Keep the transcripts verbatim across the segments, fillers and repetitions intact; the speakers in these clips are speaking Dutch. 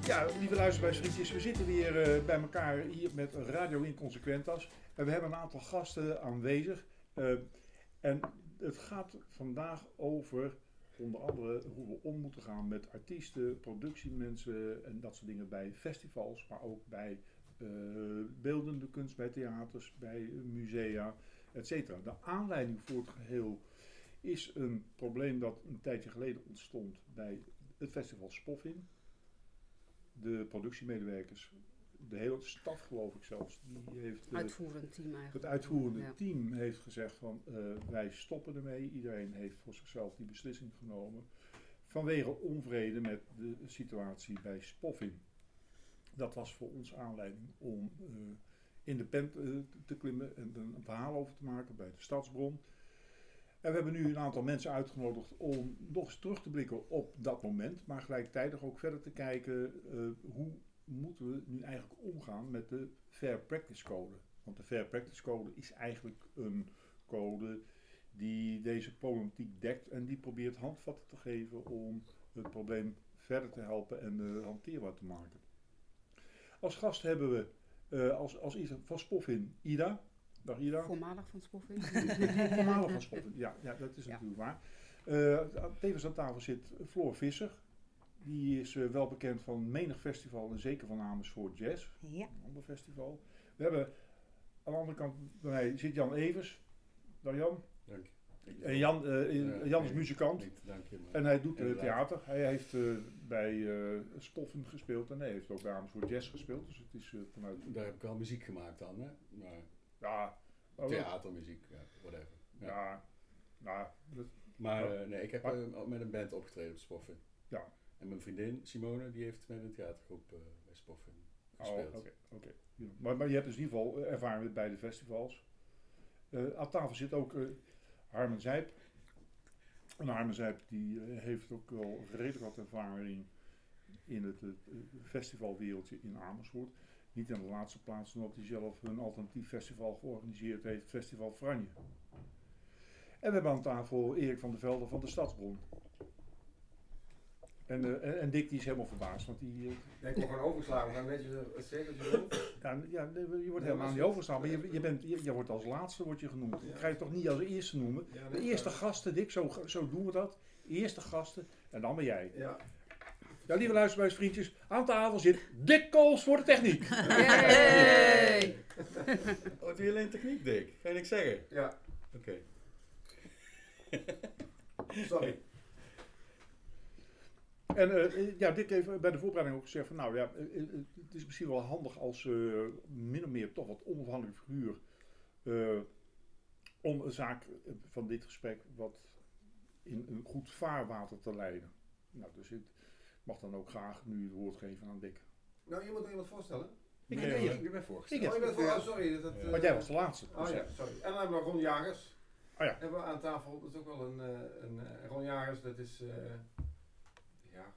Ja, lieve luisteraarsvriendjes, we zitten weer uh, bij elkaar hier met Radio Inconsequentas. En we hebben een aantal gasten aanwezig. Uh, en het gaat vandaag over onder andere hoe we om moeten gaan met artiesten, productiemensen en dat soort dingen bij festivals. Maar ook bij uh, beeldende kunst, bij theaters, bij uh, musea, et cetera. De aanleiding voor het geheel is een probleem dat een tijdje geleden ontstond bij het festival Spoffin. De productiemedewerkers, de hele staf geloof ik zelfs, die heeft... Uh, uitvoerend team eigenlijk. Het uitvoerende ja. team heeft gezegd van uh, wij stoppen ermee. Iedereen heeft voor zichzelf die beslissing genomen. Vanwege onvrede met de situatie bij Spoffin. Dat was voor ons aanleiding om uh, in de pen uh, te klimmen en een verhaal over te maken bij de Stadsbron. En we hebben nu een aantal mensen uitgenodigd om nog eens terug te blikken op dat moment. Maar gelijktijdig ook verder te kijken uh, hoe moeten we nu eigenlijk omgaan met de Fair Practice Code. Want de Fair Practice Code is eigenlijk een code die deze problematiek dekt en die probeert handvatten te geven om het probleem verder te helpen en uh, hanteerbaar te maken. Als gast hebben we uh, als, als eerste van Spoffin Ida. Dag Ida. Voormalig van Spoffin. Voormalig van Spoffin, ja, ja dat is ja. natuurlijk waar. Uh, tevens aan tafel zit Floor Visser. Die is uh, wel bekend van menig festival en zeker van Amersfoort Jazz. Ja. Een ander festival. We hebben aan de andere kant bij mij zit Jan Evers. Dag Jan. Dank je. En Jan, uh, ja, Jan is muzikant. Niet, dank je, en hij doet uh, theater. Hij heeft uh, bij uh, Spoffin gespeeld en hij heeft ook bij Amersfoort Jazz gespeeld. Dus het is uh, vanuit... Daar heb ik wel muziek gemaakt dan, hè? Maar ja. Theatermuziek, ja, whatever. Ja, ja nou... Dat, maar uh, nee, ik heb uh, met een band opgetreden op Spoffin. Ja. En mijn vriendin Simone, die heeft met een theatergroep uh, bij Spoffin gespeeld. Oh, oké. Okay, okay. Ja. maar, maar je hebt dus in ieder geval ervaring met beide festivals. Uh, aan tafel zit ook uh, Harmen Zijp. En Harmen Zijp die uh, heeft ook wel redelijk wat ervaring in het, het, het festivalwereldje in Amersfoort. Niet in de laatste plaats omdat hij zelf een alternatief festival georganiseerd heeft, het Festival Franje. En we hebben aan tafel Erik van der Velde van de Stadsbron. En, uh, en, en Dick die is helemaal verbaasd, want die... Uh, nee, ik word gewoon overgeslagen, maar weet je het zeker wat je bedoelt? Ja, ja, je wordt helemaal niet overgeslagen, maar je, je, bent, je, je wordt als laatste wordt je genoemd. Ja. Ik ga je toch niet als eerste noemen. Ja, de eerste gasten, Dick, zo, zo doen we dat. Eerste gasten en dan ben jij. Ja. Ja, lieve luisterbuisvriendjes, aan tafel zit Dick Kools voor de techniek. Hey! Wat wil je alleen techniek, Dick? Ga je niks zeggen? Ja. Oké. Okay. Sorry. En uh, ja, Dick heeft bij de voorbereiding ook gezegd van nou ja, uh, uh, het is misschien wel handig als uh, min of meer toch wat onafhankelijk figuur uh, om een zaak van dit gesprek wat in een goed vaarwater te leiden. Nou, dus ik mag dan ook graag nu het woord geven aan Dick. Nou, je moet me iemand voorstellen. Ik nee, nee, ik ben voorgesteld. Ik oh, je bent voor, oh, sorry. Dat, uh, Want jij was de laatste. Oh ja, sorry. En dan hebben we Ron Jagers. Oh ja. Hebben we aan tafel, dat is ook wel een, een, een Ron Jagers, dat is... Uh, Ja.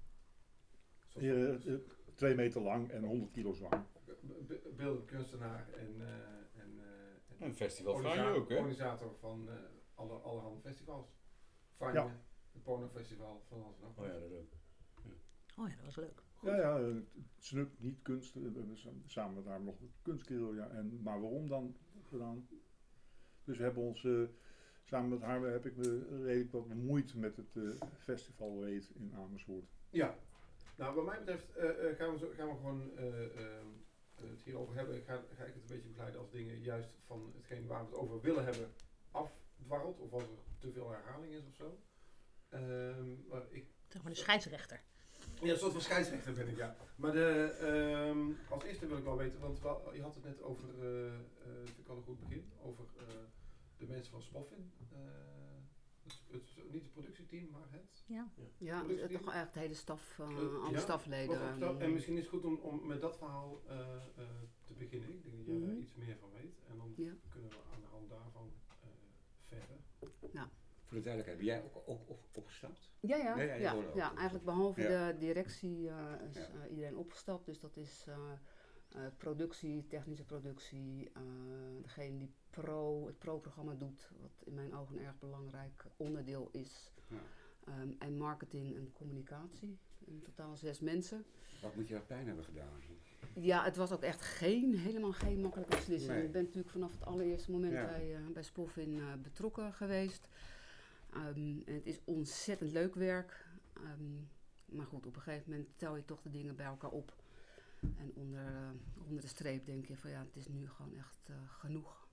Uh, uh, twee meter lang en honderd kilo zwaar. Beeldend kunstenaar en, uh, en, uh, en een festival Franje ook, hè? Organisator van uh, alle, allerhande festivals. Franje, ja. Het Porno Festival, van alles nog. Oh ja, dat ook. Ja. Oh ja, dat was leuk. Goed. Ja, ja, uh, Snuk, niet kunst. We hebben samen met haar nog kunstkerel, ja. En, maar waarom dan gedaan? Dus we hebben ons... Uh, Samen met haar heb ik me redelijk wat bemoeid met het uh, festivalreed in Amersfoort. Ja, nou wat mij betreft uh, uh, gaan, we zo, gaan we gewoon uh, uh, het hierover hebben. Ga, ga ik het een beetje begeleiden als dingen juist van hetgeen waar we het over willen hebben afdwarrelt. Of als er te veel herhaling is of zo. Um, maar ik, Toch wel de scheidsrechter. Ja, een soort van scheidsrechter ben ik, ja. Maar de, um, als eerste wil ik wel weten, want wel, je had het net over, uh, uh, dat vind ik al een goed begin, over... Uh, de mensen van Spoffin, uh, het, het, niet het productieteam, maar het... Ja, ja het, het, toch eigenlijk de hele staf, uh, uh, alle ja, stafleden. Staf, en misschien is het goed om, om met dat verhaal uh, uh, te beginnen. Ik denk dat jij mm-hmm. daar iets meer van weet. En dan ja. kunnen we aan de hand daarvan uh, verder. Ja. Voor de duidelijkheid, ben jij ook, ook, ook opgestapt? Ja, ja, ja, ja, ja, ja eigenlijk behalve ja. de directie uh, is ja. uh, iedereen opgestapt. Dus dat is uh, uh, productie, technische productie, uh, degene die pro, het pro-programma doet, wat in mijn ogen een erg belangrijk onderdeel is. Ja. Um, en marketing en communicatie. In totaal zes mensen. Wat moet je daar pijn hebben gedaan? Ja, het was ook echt geen, helemaal geen makkelijke beslissing. Nee. Ik ben natuurlijk vanaf het allereerste moment Ja. bij, uh, bij Spoffin uh, betrokken geweest. Um, en het is ontzettend leuk werk. Um, maar goed, op een gegeven moment tel je toch de dingen bij elkaar op. En onder, uh, onder de streep denk je van ja, het is nu gewoon echt uh, genoeg.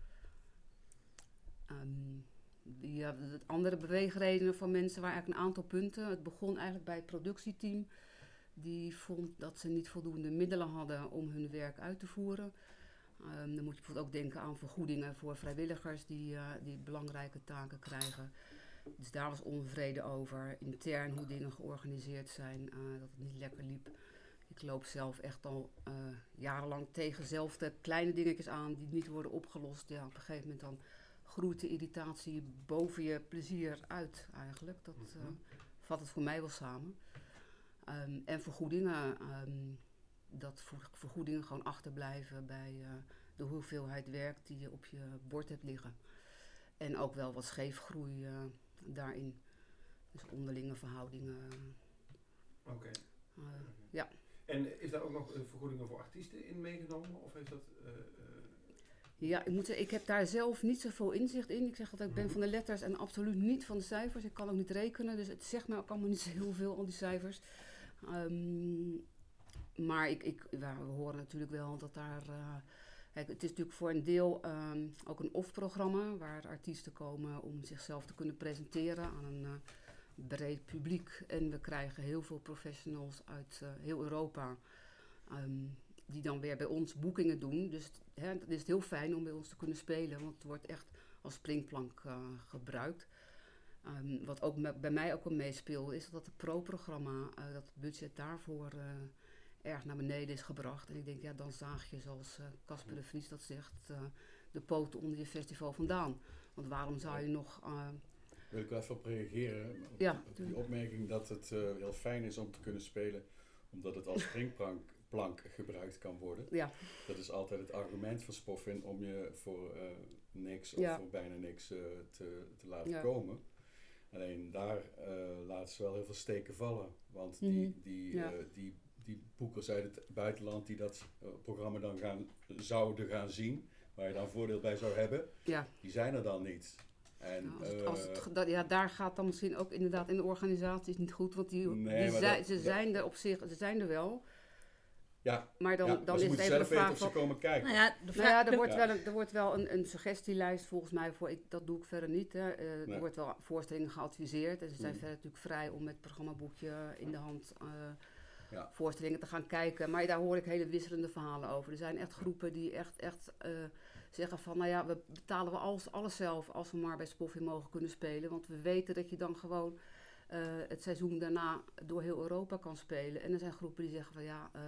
Um, ja, de andere beweegredenen van mensen waren eigenlijk een aantal punten. Het begon eigenlijk bij het productieteam. Die vond dat ze niet voldoende middelen hadden om hun werk uit te voeren. Um, dan moet je bijvoorbeeld ook denken aan vergoedingen voor vrijwilligers die, uh, die belangrijke taken krijgen. Dus daar was onvrede over. Intern hoe dingen georganiseerd zijn, uh, dat het niet lekker liep. Ik loop zelf echt al uh, jarenlang tegen zelfde kleine dingetjes aan die niet worden opgelost. Ja, op een gegeven moment dan groeit de irritatie boven je plezier uit eigenlijk. Dat uh, vat het voor mij wel samen. Um, en vergoedingen, um, dat ver- vergoedingen gewoon achterblijven bij uh, de hoeveelheid werk die je op je bord hebt liggen. En ook wel wat scheefgroei uh, daarin. Dus onderlinge verhoudingen. Oké. Okay. Uh, ja. En is daar ook nog uh, vergoedingen voor artiesten in meegenomen? Of heeft dat... Uh, uh... Ja, ik moet zeggen, ik heb daar zelf niet zoveel inzicht in. Ik zeg altijd, ik ben van de letters en absoluut niet van de cijfers. Ik kan ook niet rekenen, dus het zegt me ook allemaal niet zo heel veel, al die cijfers. Um, maar ik, ik, ja, we horen natuurlijk wel dat daar... Uh, kijk, het is natuurlijk voor een deel um, ook een off-programma... waar artiesten komen om zichzelf te kunnen presenteren aan een uh, breed publiek. En we krijgen heel veel professionals uit uh, heel Europa... Um, die dan weer bij ons boekingen doen. Dus hè, het is heel fijn om bij ons te kunnen spelen... want het wordt echt als springplank uh, gebruikt... Um, wat ook me, bij mij ook wel meespeelt, is dat het pro-programma, uh, dat het budget daarvoor uh, erg naar beneden is gebracht. En ik denk, ja, dan zaag je, zoals Casper uh, de Vries dat zegt, uh, de poten onder je festival vandaan. Want waarom zou je nog... Uh, Wil ik wel even op reageren, op, ja, op die opmerking dat het uh, heel fijn is om te kunnen spelen, omdat het als springplank plank gebruikt kan worden. Ja. Dat is altijd het argument van Spoffin om je voor uh, niks of ja. voor bijna niks uh, te, te laten ja. komen. Alleen daar uh, laten ze wel heel veel steken vallen. Want die, mm-hmm. die, ja. uh, die, die boekers uit het buitenland die dat uh, programma dan gaan, zouden gaan zien, waar je dan voordeel bij zou hebben, ja. die zijn er dan niet. En, nou, als het, uh, als het, dat, ja, daar gaat dan misschien ook inderdaad in de organisatie niet goed, want die, nee, die zi- dat, ze dat, zijn er op zich, ze zijn er wel. Ja, maar dan, ja, dan maar is het even de vraag of ze komen kijken. Nou ja, de nou ja, er de, wordt ja. wel, een, er wordt wel een, een suggestielijst volgens mij voor. Ik, dat doe ik verder niet. Hè. Uh, nee. Er wordt wel voorstellingen geadviseerd. En ze zijn mm. verder natuurlijk vrij om met het programmaboekje in de hand uh, ja. voorstellingen te gaan kijken. Maar daar hoor ik hele wisselende verhalen over. Er zijn echt groepen die echt, echt uh, zeggen van, nou ja, we betalen we alles, alles zelf als we maar bij Spoffin mogen kunnen spelen. Want we weten dat je dan gewoon uh, het seizoen daarna door heel Europa kan spelen. En er zijn groepen die zeggen van, ja... Uh,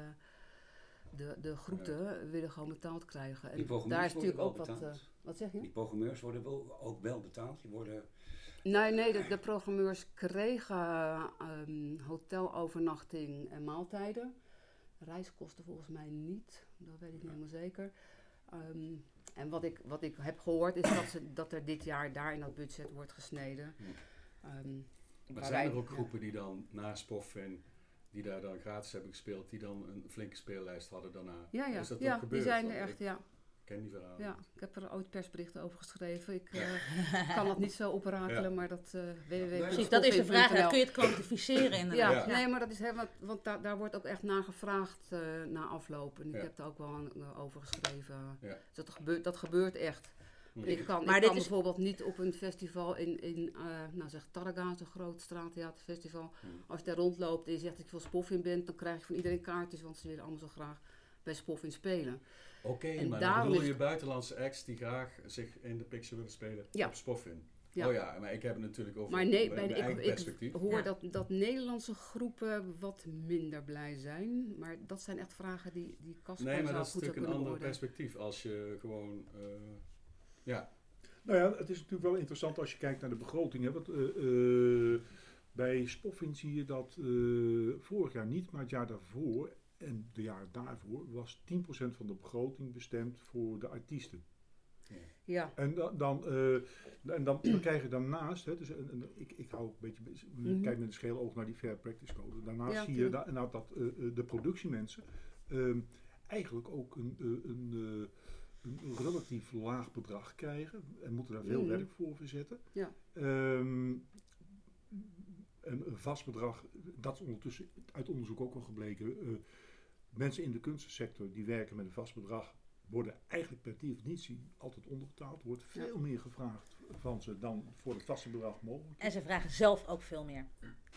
De, de groeten ja. willen gewoon betaald krijgen. En daar is natuurlijk ook wat... Uh, wat zeg je? Die programmeurs worden wel, ook wel betaald? Die worden... Nee, nee de, de programmeurs kregen um, hotelovernachting en maaltijden. Reiskosten volgens mij niet. Dat weet ik niet helemaal zeker. Um, en wat ik, wat ik heb gehoord is dat, ze, dat er dit jaar daar in dat budget wordt gesneden. Um, maar zijn er ook groepen ja. die dan na Spoffin... die daar dan gratis hebben gespeeld, die dan een flinke speellijst hadden daarna. Ja, ja. Is dat ja ook gebeurd? Die zijn er Want echt, ja. Ik ken die verhalen. Ja, ik heb er ooit persberichten over geschreven. Ik uh, kan dat niet zo oprakelen, ja. maar dat... Uh, nee, precies, dat is de vraag. Hè? Kun je het kwantificeren inderdaad? Ja, ja, nee, maar dat is... Hè, want want daar, daar wordt ook echt naar gevraagd uh, na afloop. En ik ja. heb daar ook wel aan, uh, over geschreven. Ja. Dus dat, gebeurt, dat gebeurt echt. Ik kan, maar ik kan bijvoorbeeld niet op een festival in, in uh, nou zeg Targa, zo'n groot straattheaterfestival. Hmm. Als je daar rondloopt en je zegt dat je van Spoffin bent, dan krijg je van iedereen kaartjes, want ze willen allemaal zo graag bij Spoffin spelen. Oké, okay, maar dan bedoel je buitenlandse acts die graag zich in de picture willen spelen ja. op Spoffin. Ja. Oh ja, maar ik heb het natuurlijk over maar nee, mijn, mijn ik, eigen ik, perspectief. Ik hoor ja. dat, dat Nederlandse groepen wat minder blij zijn. Maar dat zijn echt vragen die, die Casper nee, maar zou dat is goed natuurlijk een ander worden. perspectief. Als je gewoon... Uh, ja... Nou ja, het is natuurlijk wel interessant als je kijkt naar de begroting. Hè, want, uh, uh, bij Spoffin zie je dat uh, vorig jaar niet, maar het jaar daarvoor en de jaren daarvoor was tien procent van de begroting bestemd voor de artiesten. Ja. En dan, dan, uh, en dan, dan krijg je daarnaast, hè, dus, en, en, ik, ik hou ook een beetje, mm-hmm. kijk met een scheel oog naar die Fair Practice Code. Daarnaast ja, zie je da, nou, dat uh, de productiemensen um, eigenlijk ook een, uh, een, uh, een relatief laag bedrag krijgen en moeten daar veel mm-hmm. werk voor verzetten. Ja. Um, een vast bedrag, dat is ondertussen uit onderzoek ook wel gebleken. Uh, mensen in de kunstensector die werken met een vast bedrag worden eigenlijk per definitie altijd onderbetaald. Er wordt veel ja. meer gevraagd van ze dan voor het vaste bedrag mogelijk. En ze vragen zelf ook veel meer.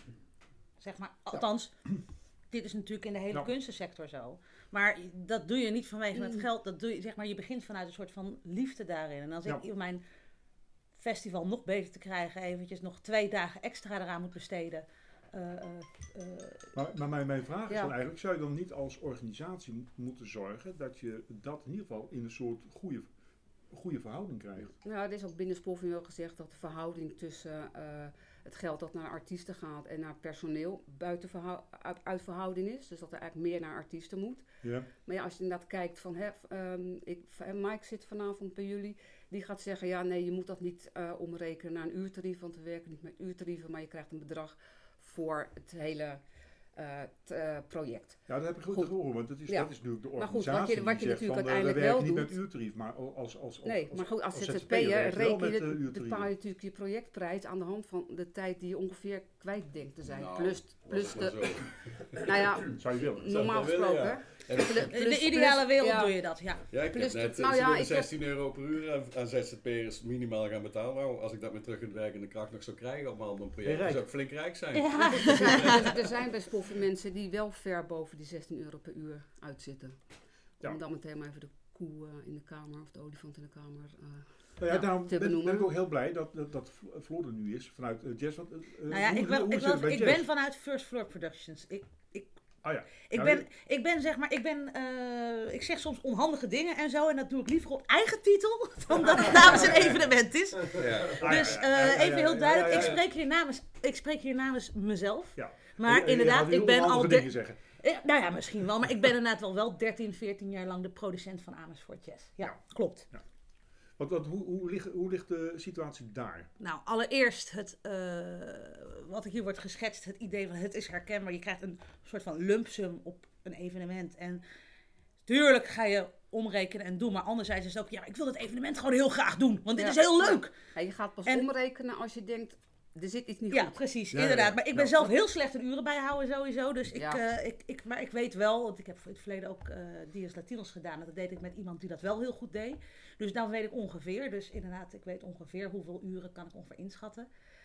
Zeg maar, althans, ja. dit is natuurlijk in de hele nou. kunstensector zo. Maar dat doe je niet vanwege het geld. Dat doe je, zeg maar, je begint vanuit een soort van liefde daarin. En als ja. ik mijn festival nog beter te krijgen, eventjes nog twee dagen extra eraan moet besteden. Uh, uh, uh, maar maar mijn, mijn vraag is ja. dan eigenlijk, zou je dan niet als organisatie m- moeten zorgen dat je dat in ieder geval in een soort goede, goede verhouding krijgt? Nou, er is ook binnen Spoffing wel gezegd dat de verhouding tussen uh, het geld dat naar artiesten gaat en naar personeel buiten verhou- uit, uit verhouding is. Dus dat er eigenlijk meer naar artiesten moet. Ja. Maar ja, als je inderdaad kijkt van, hè, um, ik, Mike zit vanavond bij jullie, die gaat zeggen, ja nee, je moet dat niet uh, omrekenen naar een uurtarief, want we werken niet met uurtarieven, maar je krijgt een bedrag voor het hele uh, t, uh, project. Ja, dat heb ik goed, goed. gehoord, want dat is, ja. dat is natuurlijk de Maar organisatie goed, wat je, wat je die natuurlijk zegt van, uiteindelijk uh, we werken wel niet doet. met uurtarief, maar als, als, als, nee, als, maar goed, als, als Z Z zzp'er reken je, uh, bepaal je natuurlijk je projectprijs aan de hand van de tijd die je ongeveer kwijt denkt te zijn. Nou, plus plus de... Nou ja, zou je willen. normaal gesproken. Ja. In de ideale wereld ja. doe je dat, ja. Ja, ik plus heb net nou ja, zestien euro per uur aan, aan Z Z P'ers minimaal gaan betalen. Nou, als ik dat met terug in de werkende kracht nog zou krijgen op mijn andere project, dan zou ik flink rijk zijn. Ja. Er zijn, er zijn bij Spoffing mensen die wel ver boven die zestien euro per uur uitzitten. Ja. Om dan meteen maar even de koe uh, in de kamer of de olifant in de kamer uh, nou ja, ja, daarom ben, ben ik ook heel blij dat, dat, dat Floor er nu is vanuit uh, Jazz. Want, uh, nou ja, hoe, ik, wel, hoe ik, wel, ik ben vanuit First Floor Productions. Ik, ik, ah, ja. ik, nou, ben, ik ben zeg maar, ik ben, uh, ik zeg soms onhandige dingen en zo en dat doe ik liever op eigen titel dan dat het namens een evenement is. Ja. Dus uh, even heel duidelijk, ik spreek hier namens, ik spreek hier namens mezelf. Ja. Maar je, inderdaad, je ik ben al... De, Ja, nou ja, misschien wel. Maar ik ben inderdaad wel, wel dertien, veertien jaar lang de producent van Amersfoort Jazz. Ja, ja. klopt. Ja. Want, want hoe, hoe, ligt, hoe ligt de situatie daar? Nou, allereerst het, uh, wat hier wordt geschetst, het idee van het is herkenbaar. Je krijgt een soort van lump sum op een evenement. En tuurlijk ga je omrekenen en doen. Maar anderzijds is het ook, ja, ik wil het evenement gewoon heel graag doen. Want dit ja. is heel leuk. Ja, je gaat pas en, omrekenen als je denkt... Er zit iets niet ja, goed. Precies, ja, inderdaad. Ja, maar ik ja. ben zelf heel slecht in uren bijhouden sowieso. Dus ik, ja. uh, ik, ik, maar ik weet wel, want ik heb in het verleden ook uh, Dias Latinos gedaan. Dat deed ik met iemand die dat wel heel goed deed. Dus dan weet ik ongeveer. Dus inderdaad, ik weet ongeveer hoeveel uren kan ik ongeveer inschatten.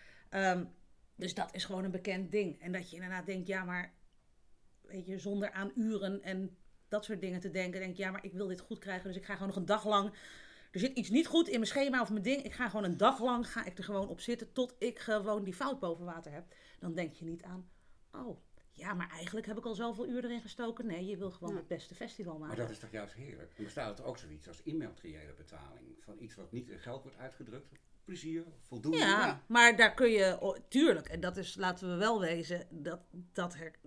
Um, dus dat is gewoon een bekend ding. En dat je inderdaad denkt, ja maar, weet je, zonder aan uren en dat soort dingen te denken. Denk je, ja maar ik wil dit goed krijgen. Dus ik ga gewoon nog een dag lang... Er zit iets niet goed in mijn schema of mijn ding. Ik ga gewoon een dag lang ga ik er gewoon op zitten tot ik gewoon die fout boven water heb. Dan denk je niet aan, oh, ja, maar eigenlijk heb ik al zoveel uur erin gestoken. Nee, je wil gewoon ja. het beste festival maken. Maar dat is toch juist heerlijk? Er bestaat ook zoiets als immateriële betaling. Van iets wat niet in geld wordt uitgedrukt. Plezier, voldoende. Ja, ja, maar daar kun je, oh, tuurlijk, en dat is, laten we wel wezen, dat, dat her,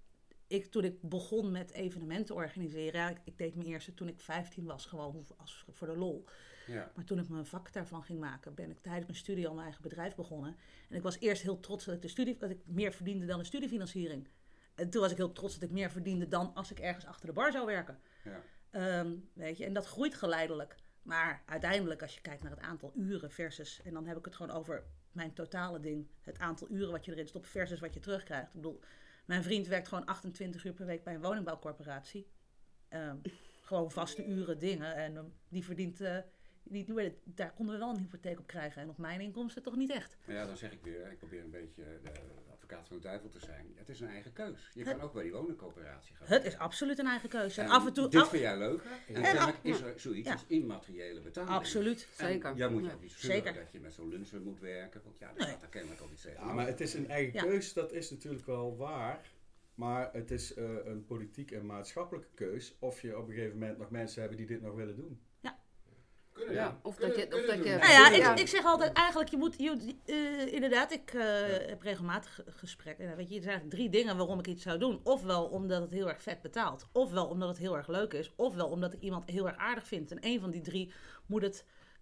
ik, toen ik begon met evenementen organiseren, ja, ik, ik deed mijn eerste toen ik vijftien was, gewoon als, voor de lol. Ja. Maar toen ik mijn vak daarvan ging maken, ben ik tijdens mijn studie al mijn eigen bedrijf begonnen. En ik was eerst heel trots dat ik, de studie, dat ik meer verdiende dan de studiefinanciering. En toen was ik heel trots dat ik meer verdiende dan als ik ergens achter de bar zou werken. Ja. Um, weet je, en dat groeit geleidelijk. Maar uiteindelijk, als je kijkt naar het aantal uren versus, en dan heb ik het gewoon over mijn totale ding, het aantal uren wat je erin stopt versus wat je terugkrijgt. Ik bedoel, mijn vriend werkt gewoon achtentwintig uur per week bij een woningbouwcorporatie. Um, gewoon vaste uren dingen. En um, die verdient, uh, die, daar konden we wel een hypotheek op krijgen. En op mijn inkomsten toch niet echt. Maar ja, dan zeg ik weer, ik probeer een beetje de advocaat van de duivel te zijn. Het is een eigen keus. Je kan ook bij die woningcoöperatie gaan. Het is absoluut een eigen keus. En en af en toe, dit af... vind jij leuker. En dan is er zoiets ja. als immateriële betaling. Absoluut. En zeker. jij moet je ja. ook niet zeker dat je met zo'n lunchen moet werken. Want ja, daar, daar ken ik ook iets tegen. Ja, maar het is een eigen ja. keus, dat is natuurlijk wel waar. Maar het is uh, een politiek en maatschappelijke keus of je op een gegeven moment nog mensen hebben die dit nog willen doen. Ja. Kunnen, ja. Of kunnen, dat je... kunnen Of dat je nou ja, ja. ik, ik zeg altijd eigenlijk, je moet... Je, uh, inderdaad, ik uh, ja. heb regelmatig gesprekken. En weet je, er zijn eigenlijk drie dingen waarom ik iets zou doen. Ofwel omdat het heel erg vet betaalt. Ofwel omdat het heel erg leuk is. Ofwel omdat ik iemand heel erg aardig vind. En één van die drie moet het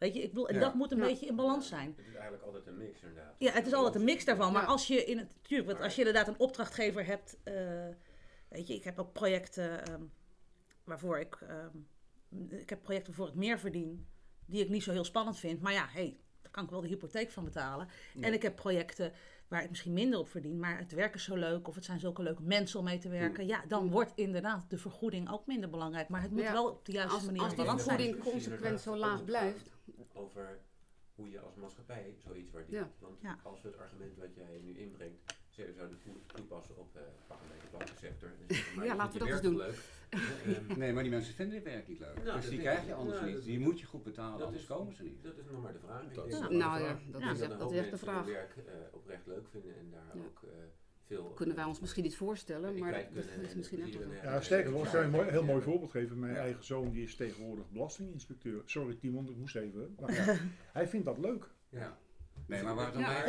Weet je, ik bedoel, en Ja. dat moet een Ja. beetje in balans zijn. Het is eigenlijk altijd een mix inderdaad. Ja, het is altijd een mix daarvan. Maar Ja. als je in het, tuurlijk, want als je inderdaad een opdrachtgever hebt, uh, weet je, ik heb ook projecten um, waarvoor ik, um, ik heb projecten waarvoor ik meer verdien, die ik niet zo heel spannend vind. Maar ja, hey, daar kan ik wel de hypotheek van betalen. Ja. En ik heb projecten waar ik misschien minder op verdien, maar het werk is zo leuk of het zijn zulke leuke mensen om mee te werken. Ja, dan wordt inderdaad de vergoeding ook minder belangrijk. Maar het moet Ja. wel op de juiste Als, manier als in die balans zijn. vergoeding consequent zo laag blijft. Over hoe je als maatschappij zoiets waardeert. Ja. Want Ja. als we het argument wat jij nu inbrengt, zouden zouden toepassen op uh, pak een beetje de bankensector. Dus Ja, laten we dat eens doen. Leuk. um, Nee, maar die mensen vinden dit werk niet leuk. Nou, dus dat die denk krijg ik. je anders Ja, niet. dat- Die moet je goed betalen, dat anders is- komen ze niet. Dat is nog maar de vraag. Ik Dat denk is dat nog Nou de ja, vraag. dat Ja. is dat echt, een dat hoop is echt de mensen vraag. hun werk uh, oprecht leuk vinden en daar Ja. ook uh, veel... Kunnen wij ons misschien niet voorstellen, maar kwijt dat kunnen dat is en misschien echt iedereen wel. heeft- Ja, sterker nog, ik kan je een mooi, heel mooi Ja. voorbeeld geven. Mijn Ja. eigen zoon die is tegenwoordig belastinginspecteur. Sorry Timon, ik moest even. Maar ja, hij vindt dat leuk. Ja. Nee, maar waar het dan Ja. bij...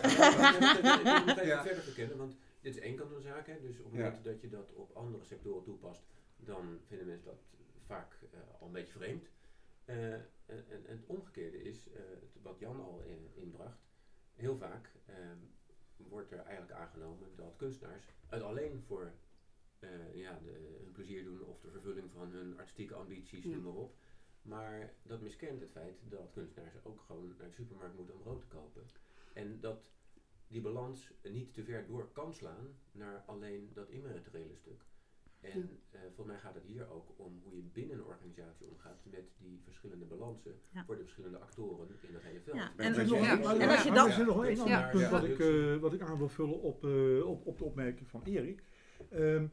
Ik moet even Ja. verder verkennen, want dit is één kant van de zaak. Hè. Dus op het Ja. moment dat je dat op andere sectoren toepast, dan vinden mensen dat vaak uh, al een beetje vreemd. Uh, en, en, en het omgekeerde is, uh, wat Jan al in, inbracht, heel vaak uh, wordt er eigenlijk aangenomen dat kunstenaars het alleen voor uh, ja, de, hun plezier doen of de vervulling van hun artistieke ambities, Ja. noem maar op. Maar dat miskent het feit dat kunstenaars ook gewoon naar de supermarkt moeten om brood te kopen. En dat die balans niet te ver door kan slaan naar alleen dat immateriële stuk. En uh, volgens mij gaat het hier ook om hoe je binnen een organisatie omgaat met die verschillende balansen Ja. voor de verschillende actoren in dat hele veld. Ja. Ben En, het nog- met je Ja. eens? en als je Maar dat... er is nog wel één ander Ja. punt Ja. wat, ik, uh, wat ik aan wil vullen op, uh, op, op de opmerking van Erik. Um,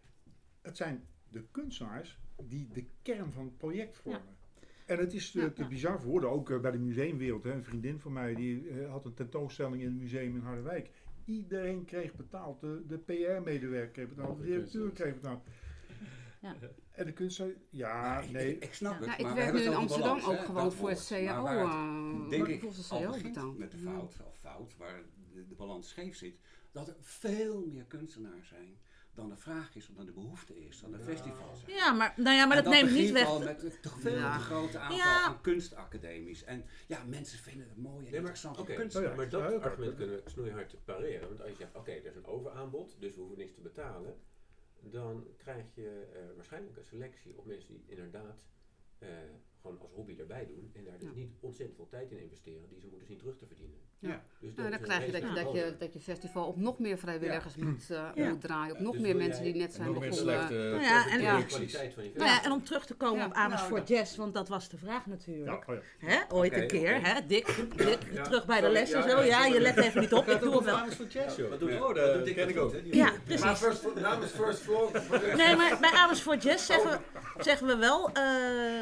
het zijn de kunstenaars die de kern van het project vormen. En het is te, Ja, te ja. bizar voor woorden, ook uh, bij de museumwereld. Hè. Een vriendin van mij die uh, had een tentoonstelling in het museum in Harderwijk. Iedereen kreeg betaald. De, de P R-medewerker kreeg betaald. De directeur kreeg betaald. Ja. En de kunstenaar, ja, Ik- nee. Ik, ik snap Ja. het, Ja, ik maar we werk hebben nu het in over Amsterdam balans, ook hè, gewoon dat voor het woord. C Maar A O. waar het, uh, denk wordt ik, volgens al het C A O begint betaald. met de Ja. fout, of fout, waar de, de balans scheef zit, dat er veel meer kunstenaars zijn dan de vraag is, of dan de behoefte is, dan de Ja. festivals zijn. Ja, maar, nou ja, maar En dat neemt niet begint weg... al met een te veel Ja. te grote aantal Ja. aan kunstacademies. En ja, mensen vinden het mooi en Nee, maar, interessant oké, om kunst Oh ja. maar dat Ja, oké. argument kunnen we snoeihard pareren. Want als je zegt, oké, er is een overaanbod, dus we hoeven niks te betalen. Dan krijg je uh, waarschijnlijk een selectie op mensen die inderdaad uh, gewoon als hobby erbij doen. En daar dus Ja. niet ontzettend veel tijd in investeren die ze moeten zien terug te verdienen. Ja. Dus Nou, dan is krijg je een dat je, wezenlijke dat, je, reden. dat je festival op nog meer vrijwilligers moet, uh, Ja. moet draaien. Op Ja, nog dus meer wil mensen jij die net zijn nog meer begonnen. slechte Nou ja, en- de Ja. kwaliteit van je Nou ja, festival. en om terug te komen Ja. op Amersfoort Nou, dat- Jazz, want dat was de vraag natuurlijk. Ja, oh ja. Hè? Ooit Oké, een keer, oké. hè? Dik, dik Ja. terug bij de Sorry, les en ja, zo. ja, Ja, je sorry. let even niet op, ik doe het wel. Wat doet Ja. Oh, Dat dat doet Dick ken dat ik ook. goed, hè? Die- Ja, Maar precies. first, namens First Floor. Nee, maar bij Amersfoort Jazz zeggen we, zeggen we wel eh,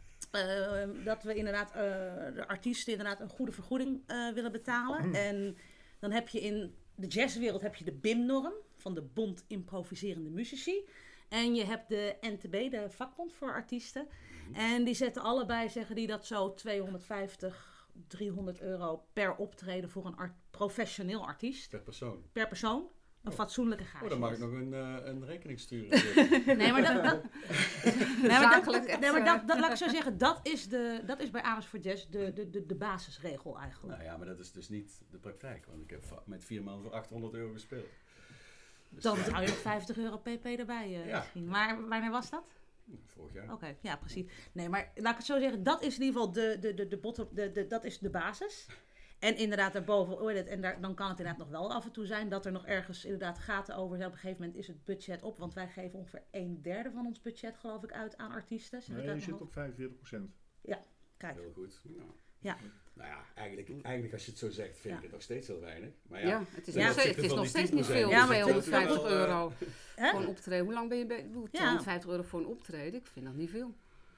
eh, dat we inderdaad eh, de artiesten inderdaad een goede vergoeding eh, willen betalen. En dan heb je in de jazzwereld heb je de B I M-norm van de Bond Improviserende Musici. En je hebt de N T B, de vakbond voor artiesten. En die zetten allebei, zeggen die, dat zo tweehonderdvijftig, driehonderd euro per optreden voor een art- professioneel artiest. Per persoon. Per persoon. Een fatsoenlijke gage. Oh, dan mag ik nog een, uh, een rekening sturen. Nee, maar dat... dat nee, maar, Zakelijk dat, even. nee, maar dat, dat, laat ik zo zeggen, dat is, de, dat is bij Amersfoort Jazz de, de, de, de basisregel eigenlijk. Nou ja, maar dat is dus niet de praktijk. Want ik heb va- met vier man voor achthonderd euro gespeeld. Dus, Dan ja, zou je nog vijftig euro pp erbij uh, Ja. misschien. Maar wanneer was dat? vorig jaar. Oké, ja precies. Nee, maar laat ik het zo zeggen, dat is in ieder geval de, de, de, de bottom, de, de, dat is de basis. En inderdaad daarboven, oh, en daar, dan kan het inderdaad nog wel af en toe zijn dat er nog ergens inderdaad gaten over zijn. Op een gegeven moment is het budget op, want wij geven ongeveer een derde van ons budget geloof ik uit aan artiesten. Zeg ik Nee, uit je mijn zit hoofd? op vijfenveertig procent. Kijk, Heel goed. Ja. Ja. Nou ja, eigenlijk, eigenlijk als je het zo zegt, vind ik Ja. het nog steeds heel weinig. Maar ja, Ja, het is, Ja. nog, steeds, het is Van nog die steeds niet tien veel, procent. Ja, maar tweehonderdvijftig het is wel, eh, euro hè? voor een optreden. Hoe lang ben je bij? tweehonderdvijftig euro voor een optreden, ik vind dat niet veel.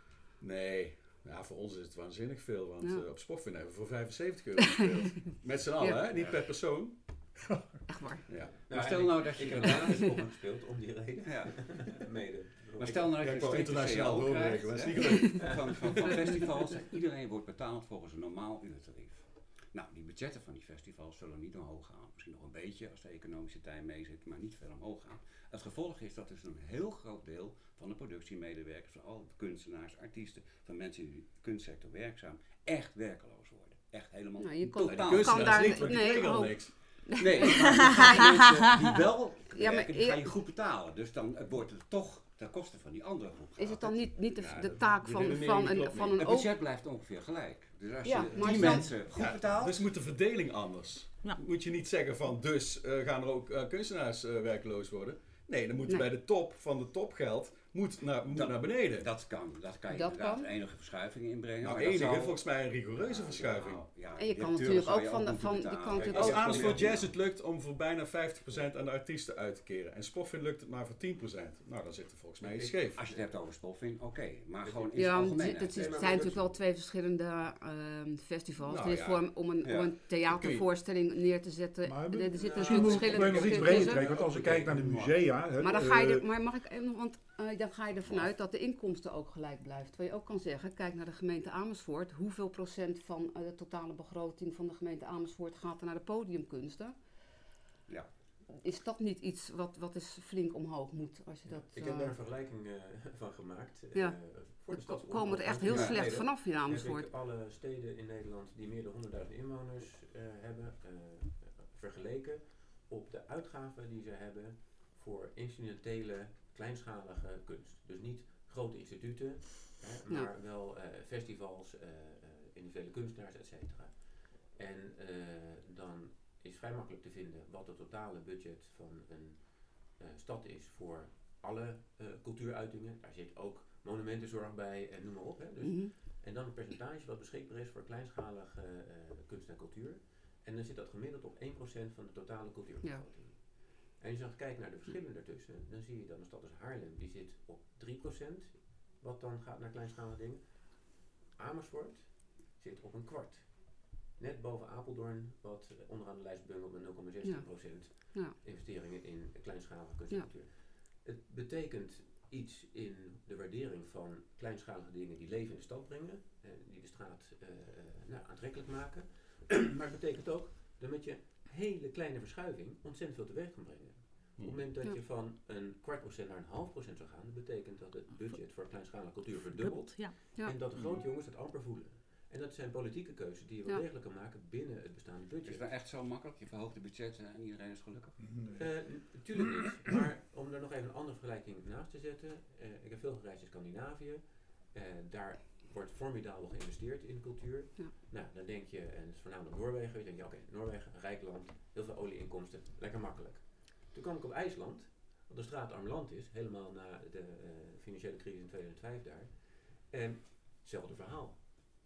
nee. Ja, voor ons is het waanzinnig veel, want Ja. uh, op Spotfin hebben we voor vijfenzeventig euro gespeeld. Met z'n allen, Ja. hè? Niet per persoon. Echt waar. Ja. Maar stel nou dat je... Ik heb daar eens op gespeeld om die reden. Ja. Mede. Maar stel nou dat Ja, je ik wou een strikte internationaal C A O doorbreken, krijgt, maar dat is hè, niet gelukt. van, van, van festivals en iedereen wordt betaald volgens een normaal uurtarief. Nou, die budgetten van die festivals zullen niet omhoog gaan. Misschien nog een beetje als de economische tijd mee zit, maar niet veel omhoog gaan. Het gevolg is dat dus een heel groot deel van de productiemedewerkers, van alle kunstenaars, artiesten, van mensen in de kunstsector werkzaam, echt werkeloos worden. Echt helemaal Nou, je totaal. kan- Maar kan die kunstenaars daar- niet, want die nee, kregen al oh. niks. Nee, maar die mensen die wel Ja, maar werken, die ga je eer- goed betalen. Dus dan wordt het toch ten koste van die andere groep Is het gehad. dan niet, niet de, Ja, de dat- taak die van, redenering van een, klopt van niet. een Het ook... budget blijft ongeveer gelijk. Dus als Ja, je maar die als dan- mensen goed Ja, betaalt, dus moet de verdeling anders. Ja. Moet je niet zeggen van dus eh, gaan er ook eh, kunstenaars eh, werkloos worden. Nee, dan moet Nee. bij de top van de topgeld moet naar, moet Dat- naar beneden. dat kan, dat kan je Dat inderdaad kan. enige verschuiving inbrengen. nou, maar dat enige, zal- volgens mij een rigoureuze Ja, verschuiving. nou, ja, En je kan directeuren natuurlijk zou ook van de- moeten van- je betalen. kan Kijk, natuurlijk Als ook- als Amersfoort je- Jazz het lukt om voor bijna vijftig procent aan de artiesten uit te keren. En Spoffin lukt het maar voor tien procent. Nou, dan zit er volgens mij iets scheef. Als je het hebt over Spoffin, oké. Maar gewoon in Ja, het want algemeen. het, het is- Nee, het maar zijn dat- natuurlijk wel twee verschillende ehm, festivals. Nou, Dit is ja. voor, om, om, een, Ja. om een theatervoorstelling neer te zetten. Maar er, we- er zitten Misschien natuurlijk moet ik verschillende nog iets verschillen breder tussen. trekken, want als ik kijk naar de musea... hè, Maar dan ga je eh, er, maar mag ik even nog, want eh, dan ga je ervan uit dat de inkomsten ook gelijk blijft. Terwijl je ook kan zeggen, kijk naar de gemeente Amersfoort. Hoeveel procent van eh, de totale begroting van de gemeente Amersfoort gaat er naar de podiumkunsten? Ja. Is dat niet iets wat, wat eens flink omhoog moet? Als je dat, Ik heb eh, daar een vergelijking eh, van gemaakt. Ja. Eh, voor de ko- stad komen er echt heel Ja, slecht nee, vanaf in Heb Amersfoort. ik alle steden in Nederland die meer dan honderdduizend inwoners eh, hebben eh, vergeleken op de uitgaven die ze hebben voor incidentele, kleinschalige kunst. Dus niet grote instituten, hè, Ja. maar wel eh, festivals, eh, eh, individuele kunstenaars, et cetera. En eh, dan is vrij makkelijk te vinden wat het totale budget van een eh, stad is voor alle eh, cultuuruitingen. Daar zit ook monumentenzorg bij en noem maar op. Hè. Dus, Mhm. en dan een percentage wat beschikbaar is voor kleinschalige eh, kunst en cultuur. En dan zit dat gemiddeld op één procent van de totale cultuurbegroting. En als je dan kijkt naar de verschillen daartussen, dan zie je dat een stad als Haarlem, die zit op drie procent, wat dan gaat naar kleinschalige dingen. Amersfoort zit op een kwart. Net boven Apeldoorn, wat eh, onderaan de lijst bungelt met nul komma zestien procent Ja. investeringen in kleinschalige kunst en Ja. cultuur. Het betekent iets in de waardering van kleinschalige dingen die leven in de stad brengen, eh, die de straat eh, eh, nou, aantrekkelijk maken. Maar het betekent ook dat met je hele kleine verschuiving ontzettend veel teweeg kan brengen. Op het moment dat Ja. je van een kwart procent naar een half procent zou gaan, dat betekent dat het budget voor kleinschalige cultuur verdubbelt. Dubbelt, ja. Ja. En dat de grote jongens het amper voelen. En dat zijn politieke keuzes die je wel Ja. degelijk kan maken binnen het bestaande Is budget. het nou echt zo makkelijk? Je verhoogt de budgetten en iedereen is gelukkig? nee. Eh, Natuurlijk niet. Maar om er nog even een andere vergelijking naast te zetten. eh, ik heb veel gereisd in Scandinavië. Eh, daar wordt formidabel geïnvesteerd in cultuur. Ja. Nou, dan denk je, en het is voornamelijk Noorwegen. Je denkt, ja, oké, Noorwegen, een rijk land, heel veel olieinkomsten, lekker makkelijk. Toen kwam ik op IJsland, wat een straatarm land is, helemaal na de eh, financiële crisis in tweeduizend vijf daar. En hetzelfde verhaal.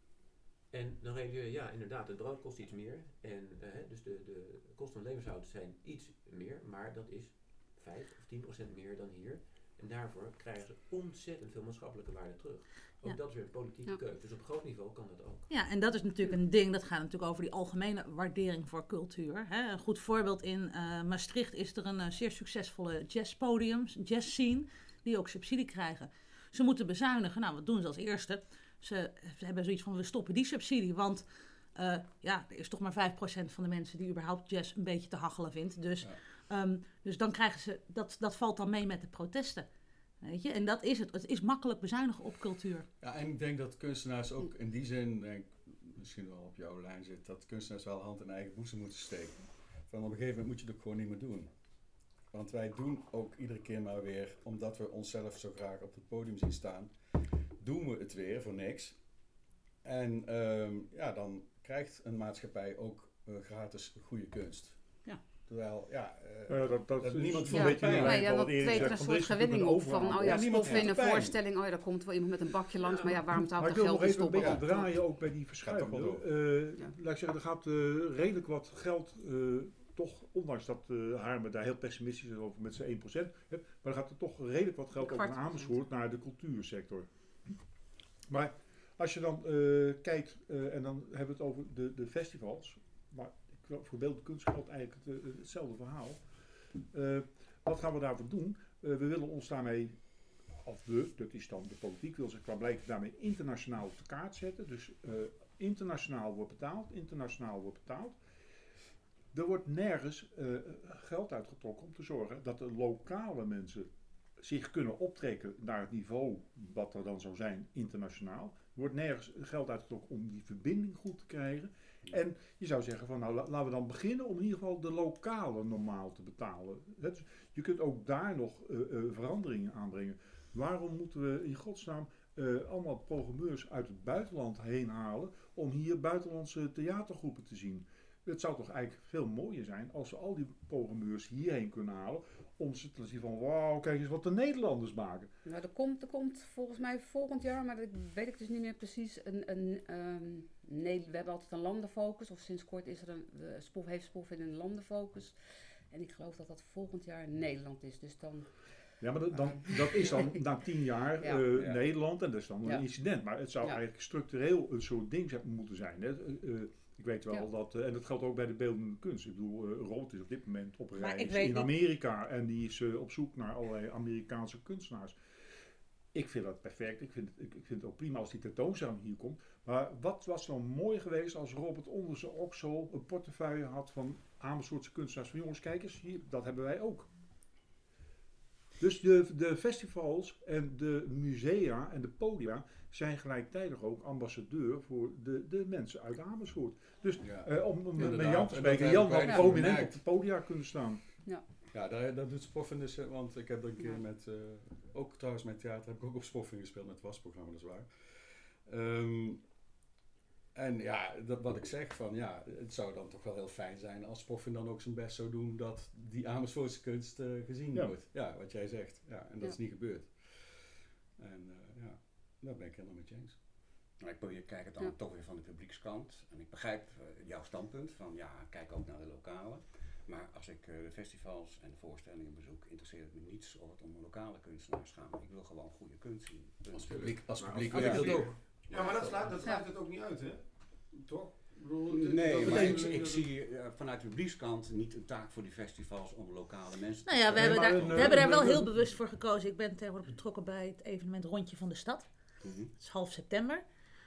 En dan realiseer je, ja, inderdaad, het brood kost iets meer. En eh, dus de, de kosten van levenshouders zijn iets meer, maar dat is vijf of tien procent meer dan hier. En daarvoor krijgen ze ontzettend veel maatschappelijke waarde terug. Ook Ja. dat is weer een politieke Ja. keuze. Dus op groot niveau kan dat ook. Ja, en dat is natuurlijk een ding, dat gaat natuurlijk over die algemene waardering voor cultuur. Hè. Een goed voorbeeld in eh, Maastricht is er een eh, zeer succesvolle jazzpodium, jazz scene, die ook subsidie krijgen. Ze moeten bezuinigen. Nou, wat doen ze als eerste? Ze, ze hebben zoiets van, we stoppen die subsidie, want uh, ja, er is toch maar vijf procent van de mensen die überhaupt jazz een beetje te hachelen vindt. Dus, Ja. um, dus dan krijgen ze, dat, dat valt dan mee met de protesten. Weet je? En dat is het. Het is makkelijk bezuinigen op cultuur. Ja, en ik denk dat kunstenaars ook in die zin, denk, misschien wel op jouw lijn zit, dat kunstenaars wel hand in eigen boezem moeten steken. Van op een gegeven moment moet je het ook gewoon niet meer doen. Want wij doen ook iedere keer maar weer, omdat we onszelf zo graag op het podium zien staan, doen we het weer voor niks. En um, ja, dan krijgt een maatschappij ook uh, gratis goede kunst. Ja. Terwijl, ja, uh, Uh, dat, dat dat is niemand een voelt beetje pijn. in Ja, lijn ja, van dat wat Erik treedt er zegt, een van, soort dit is gewinning natuurlijk op een van, oh overhaal. ja, Ja, niemand stof in heeft een pijn. voorstelling, oh ja, daar komt wel iemand met een bakje langs, maar ja, waarom zou Maar ik ik daar wil nog geld in even een stoppen? beetje draaien ook bij die Gaat toch wel verschuivingen. Uh, Ja. Laat ik zeggen, er gaat uh, redelijk wat geld, uh, toch, ondanks dat uh, Haarlem daar heel pessimistisch is over met zijn één procent, hè, maar er gaat er toch redelijk wat geld Een ook kwart naar Amersfoort, naar de cultuursector. Maar als je dan uh, kijkt, uh, en dan hebben we het over de, de festivals, maar voor beeld en kunst geldt eigenlijk het, uh, hetzelfde verhaal. Uh, wat gaan we daarvoor doen? Uh, we willen ons daarmee, of we, dat is dan de politiek, wil zich blijkbaar daarmee internationaal op de kaart zetten. Dus uh, internationaal wordt betaald, internationaal wordt betaald. Er wordt nergens uh, geld uitgetrokken om te zorgen dat de lokale mensen zich kunnen optrekken naar het niveau wat er dan zou zijn internationaal. Er wordt nergens geld uitgetrokken om die verbinding goed te krijgen. En je zou zeggen van nou la- laten we dan beginnen om in ieder geval de lokale normaal te betalen. Hè, dus je kunt ook daar nog uh, uh, veranderingen aanbrengen. Waarom moeten we in godsnaam uh, allemaal programmeurs uit het buitenland heen halen om hier buitenlandse theatergroepen te zien? Het zou toch eigenlijk veel mooier zijn als we al die programmeurs hierheen kunnen halen om ze te zien van wauw, kijk eens wat de Nederlanders maken. Nou, er komt, er komt volgens mij volgend jaar, maar dat weet ik dus niet meer precies, een, een, um, nee, we hebben altijd een landenfocus, of sinds kort is er een, uh, Spof, heeft Spoffin een landenfocus. En ik geloof dat dat volgend jaar Nederland is, dus dan... Ja, maar dat, dan, dat is dan na tien jaar Ja. uh, Ja. Nederland en dat is dan een Ja. incident. Maar het zou Ja. eigenlijk structureel een soort ding zijn- moeten zijn. Hè. Uh, uh, ik weet wel Ja. dat, uh, en dat geldt ook bij de beeldende kunst. Ik bedoel, uh, Robert is op dit moment op Maar reis ik weet in niet- Amerika en die is uh, op zoek naar allerlei Amerikaanse kunstenaars. Ik vind dat perfect. Ik vind, het, ik, ik vind het ook prima als die tentoonstelling hier komt. Maar wat was dan mooi geweest als Robert onder zijn oksel een portefeuille had van Amersfoortse kunstenaars. Van jongens, kijk eens, hier, dat hebben wij ook. Dus de, de festivals en de musea en de podia zijn gelijktijdig ook ambassadeur voor de, de mensen uit Amersfoort. Dus Ja. eh, om, om met Inderdaad. Jan te En spreken, dat Jan hebben had wij prominent gemerkt. op de podia kunnen staan. Ja, daar, dat doet Spoffin dus, eh, want ik heb er een keer Ja. met, uh, ook trouwens met theater, heb ik ook op Spoffin gespeeld met het wasprogramma, dat is waar. Ehm, en ja, dat, wat ik zeg van ja, het zou dan toch wel heel fijn zijn als Spoffin dan ook zijn best zou doen dat die Amersfoortse kunst uh, gezien Ja. wordt. Ja, wat jij zegt. Ja, en dat Ja. is niet gebeurd. En uh, ja, daar ben ik helemaal met je eens. Maar ik probeer kijken dan Ja. toch weer van de publiekskant. En ik begrijp uh, jouw standpunt van ja, kijk ook naar de lokale. Maar als ik uh, de festivals en de voorstellingen bezoek, interesseert het me niets of het om lokale kunstenaars gaat. Ik wil gewoon goede kunst zien. Punt. Als publiek, als Maar publiek als wil ik dat publiek- ook. Ja, maar dat sluit, dat sluit Ja. het ook niet uit, hè? Toch? Ik bedoel, dit- Nee, dat maar ik, betekent ik dat- zie uh, vanuit de publiekskant niet een taak voor die festivals om lokale mensen Nou ja, we Nee, hebben maar daar, een, we eh, hebben daar een- wel een- heel bewust voor gekozen. Ik ben tegenwoordig betrokken bij het evenement Rondje van de Stad. Mhm. Het is half september.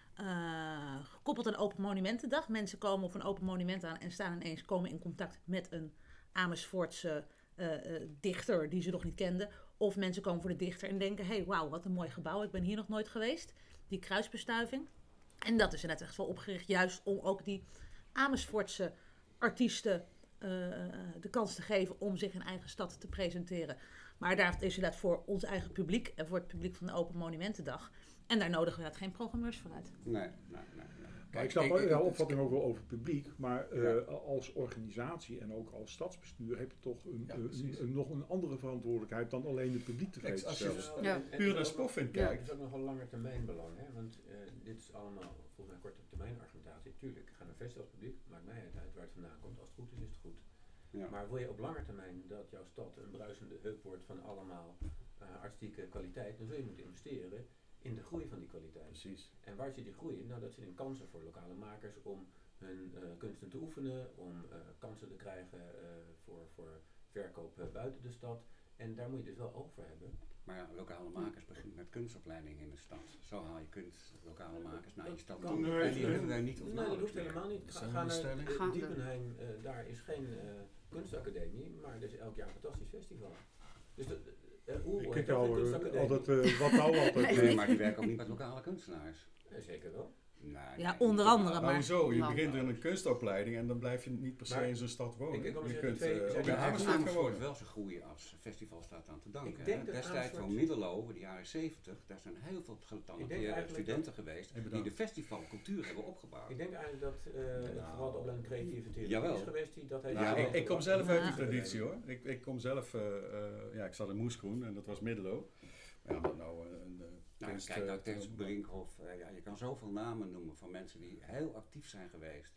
Uh, gekoppeld aan Open Monumentendag. Mensen komen op een open monument aan en staan ineens komen in contact met een Amersfoortse uh, uh, dichter die ze nog niet kenden. Of mensen komen voor de dichter en denken, hey, wauw, wat een mooi gebouw. Ik ben hier nog nooit geweest. Die kruisbestuiving. En dat is er net echt wel opgericht, juist om ook die Amersfoortse artiesten uh, de kans te geven om zich in eigen stad te presenteren. Maar daar is inderdaad voor ons eigen publiek en voor het publiek van de Open Monumentendag. En daar nodigen we inderdaad geen programmeurs voor uit. Nee, nee, nee. nee. Maar ik snap ik- ik- jouw opvatting ook wel over het publiek, maar uh, Ja. als organisatie en ook als stadsbestuur heb je toch een, Ja, een- precies. een- nog een andere verantwoordelijkheid dan alleen het publiek Kijk, tevreden als te je stellen. Nou, Ja. en- en puur het naar is ook nog- Spoffin Ja. Het kijkt. is ook nog een lange termijn belang, hè? Want uh, dit is allemaal volgens mij korte termijn argumentatie. Tuurlijk, ik ga naar festivalspubliek, maakt mij het uit waar het vandaan komt. Als het goed is, is het goed. Ja. Maar wil je op lange termijn dat jouw stad een bruisende hub wordt van allemaal uh, artistieke kwaliteit, dan zul je moeten investeren in de groei van die kwaliteit. Precies. En waar zit die groei in? Nou, dat zit in kansen voor lokale makers om hun uh, kunsten te oefenen, om uh, kansen te krijgen uh, voor, voor verkoop uh, buiten de stad. En daar moet je dus wel oog voor hebben. Maar ja, lokale makers beginnen met kunstopleidingen in de stad. Zo haal je kunst, lokale makers naar je stad kan. toe. Nee, En die nee. hebben daar niet of Nee, dat nauwelijks hoeft meer. helemaal niet. Ga, Zijn ga we naar een stelling? uh, Gaande. Diepenheim, uh, daar is geen uh, kunstacademie, maar er is elk jaar een fantastisch festival. Dus de, uh, uh, Oerol Ik heeft kijk ook al geen uh, kunstacademie. altijd uh, wat nou altijd. Nee, maar die werken ook niet met lokale kunstenaars. Nee, zeker wel. Nee, Ja, nee, onder niet andere, lokale. maar- Nou, zo, je Nou. begint in een kunstopleiding en dan blijf je niet per se Maar in zo'n stad wonen. ik- ik kan maar je zeggen, kunt twee- uh, ook zijn in Ja, er Amersfoort Amersfoort gaan wordt wonen. wel zijn groei als festival staat aan te danken. Ik denk hè. dat Destijds Amersfoort- van Middeloos, de jaren zeventig, daar zijn heel veel Ik getalenteerde denk eigenlijk studenten geweest Hey, die bedankt. de festivalcultuur hebben opgebouwd. Ik denk eigenlijk dat uh, Nou. vooral de opleiding creatieve theorie Jawel. is geweest die dat heeft. Nou, Ja, ik, ik kom zelf uit die Ja. traditie hoor. Ik, ik kom zelf, uh, uh, ja, ik zat in Moeskroen en dat was Middelo. Ja, dat nou uh, een uh, Nou, kunst, kijk naar uh, Tess Brinkhoff. Uh, ja, je kan zoveel namen noemen van mensen die heel actief zijn geweest.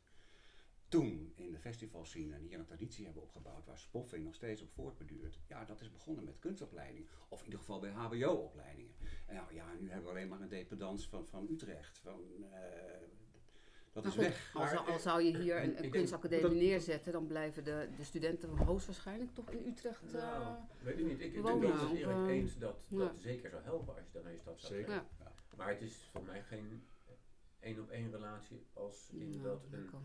Toen in de festivalscene en hier een traditie hebben opgebouwd waar Spoffin nog steeds op voortbeduurt. Ja, dat is begonnen met kunstopleiding. Of in ieder geval bij H B O-opleidingen. En nou ja, nu hebben we alleen maar een dependance van, van Utrecht. Van, uh, dat Maar is goed, weg. al, Maar, zou- al zou je hier ik een, een denk- kunstacademie dat- neerzetten, dan blijven de, de studenten hoogstwaarschijnlijk toch in Utrecht. uh, Nou, weet ik niet. Ik, ik wonen ben het of, Erik uh, eens dat ja. dat zeker zou helpen als je dan naar je stad zou Zeker. gaan. Ja. Maar het is voor mij geen één op één relatie als in nou, dat dat een kan niet.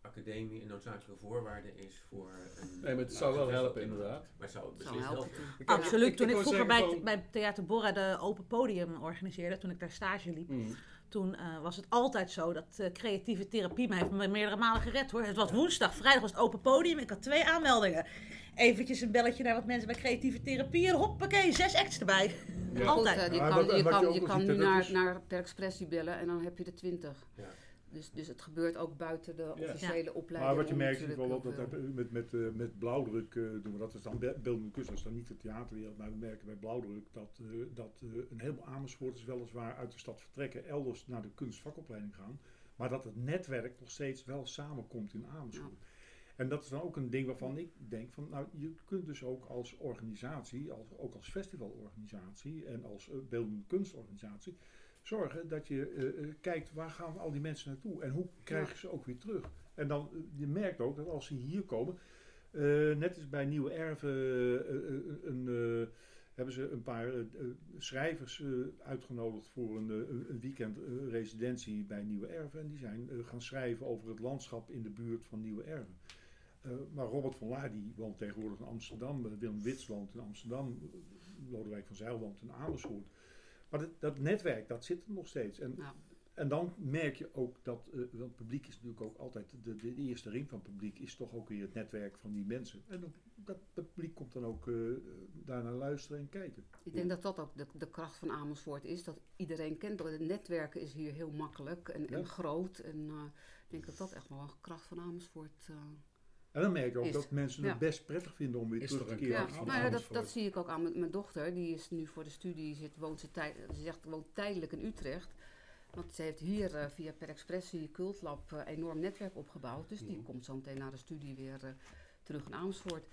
academie een noodzakelijke voorwaarde is voor een... Nee, maar het nou, zou wel succesvol helpen, thema. inderdaad. Maar het zou Het zou beslist helpen. helpen. Ik heb- Absoluut. ik- Toen ik, wou vroeger zeggen bij, van- bij Theater Borra de open podium organiseerde, toen ik daar stage liep, Mm. toen eh, was het altijd zo dat eh, creatieve therapie mij heeft me meerdere malen gered hoor. Het was woensdag, vrijdag was het open podium. Ik had twee aanmeldingen. Eventjes een belletje naar wat mensen bij creatieve therapie en hoppakee, zes acts erbij. Ja. Altijd. Goed, eh, je Ja, kan, wat- je wat kan, je ook je wel kan ziet, nu hè, dat naar, is- naar Per Expressie bellen en dan heb je er twintig. Ja. Dus, dus het gebeurt ook buiten de Ja. officiële opleiding. Maar wat je om merkt is natuurlijk wel dat, ook dat wel- met, met, eh, met blauwdruk eh, doen we dat. Dat is dan be- beeldende kunst, dat is dan niet de theaterwereld. Maar we merken bij blauwdruk dat, eh, dat eh, een heleboel Amersfoorters weliswaar uit de stad vertrekken, elders naar de kunstvakopleiding gaan. Maar dat het netwerk nog steeds wel samenkomt in Amersfoort. En dat is dan ook een ding waarvan ik denk van, nou, je kunt dus ook als organisatie, als, ook als festivalorganisatie en als uh, beeldende kunstorganisatie, zorgen dat je uh, uh, kijkt waar gaan al die mensen naartoe en hoe krijg je ze ook weer terug. En dan, uh, je merkt ook dat als ze hier komen, uh, net als bij Nieuwe Erven, uh, uh, een, uh, hebben ze een paar uh, uh, schrijvers uh, uitgenodigd voor een, uh, een weekend uh, residentie bij Nieuwe Erven. En die zijn uh, gaan schrijven over het landschap in de buurt van Nieuwe Erven. Uh, maar Robert van Laar die woont tegenwoordig in Amsterdam, uh, Willem Wits woont in Amsterdam, uh, Lodewijk van Zijl woont in Amersfoort. Maar dat, dat netwerk, dat zit er nog steeds. En, Ja. en dan merk je ook dat, uh, want het publiek is natuurlijk ook altijd, de, de, de eerste ring van het publiek is toch ook weer het netwerk van die mensen. En dat, dat publiek komt dan ook uh, daarnaar luisteren en kijken. Ik denk dat dat ook de, de kracht van Amersfoort is. Dat iedereen kent. Het netwerken is hier heel makkelijk en, Ja. en groot. En uh, ik denk dat dat echt wel een kracht van Amersfoort uh, En dan merk je ook Is. dat mensen Ja. het best prettig vinden om weer Is terug er te een keren. kracht Ja, van nou ja, dat, Amersfoort. dat zie ik ook aan mijn, mijn dochter. Die is nu voor de studie, zit, woont ze, tij, ze zegt, woont tijdelijk in Utrecht. Want ze heeft hier uh, via Per Expressie Cultlab uh, enorm netwerk opgebouwd. Dus die Mhm. komt zo meteen na de studie weer uh, terug in Amersfoort.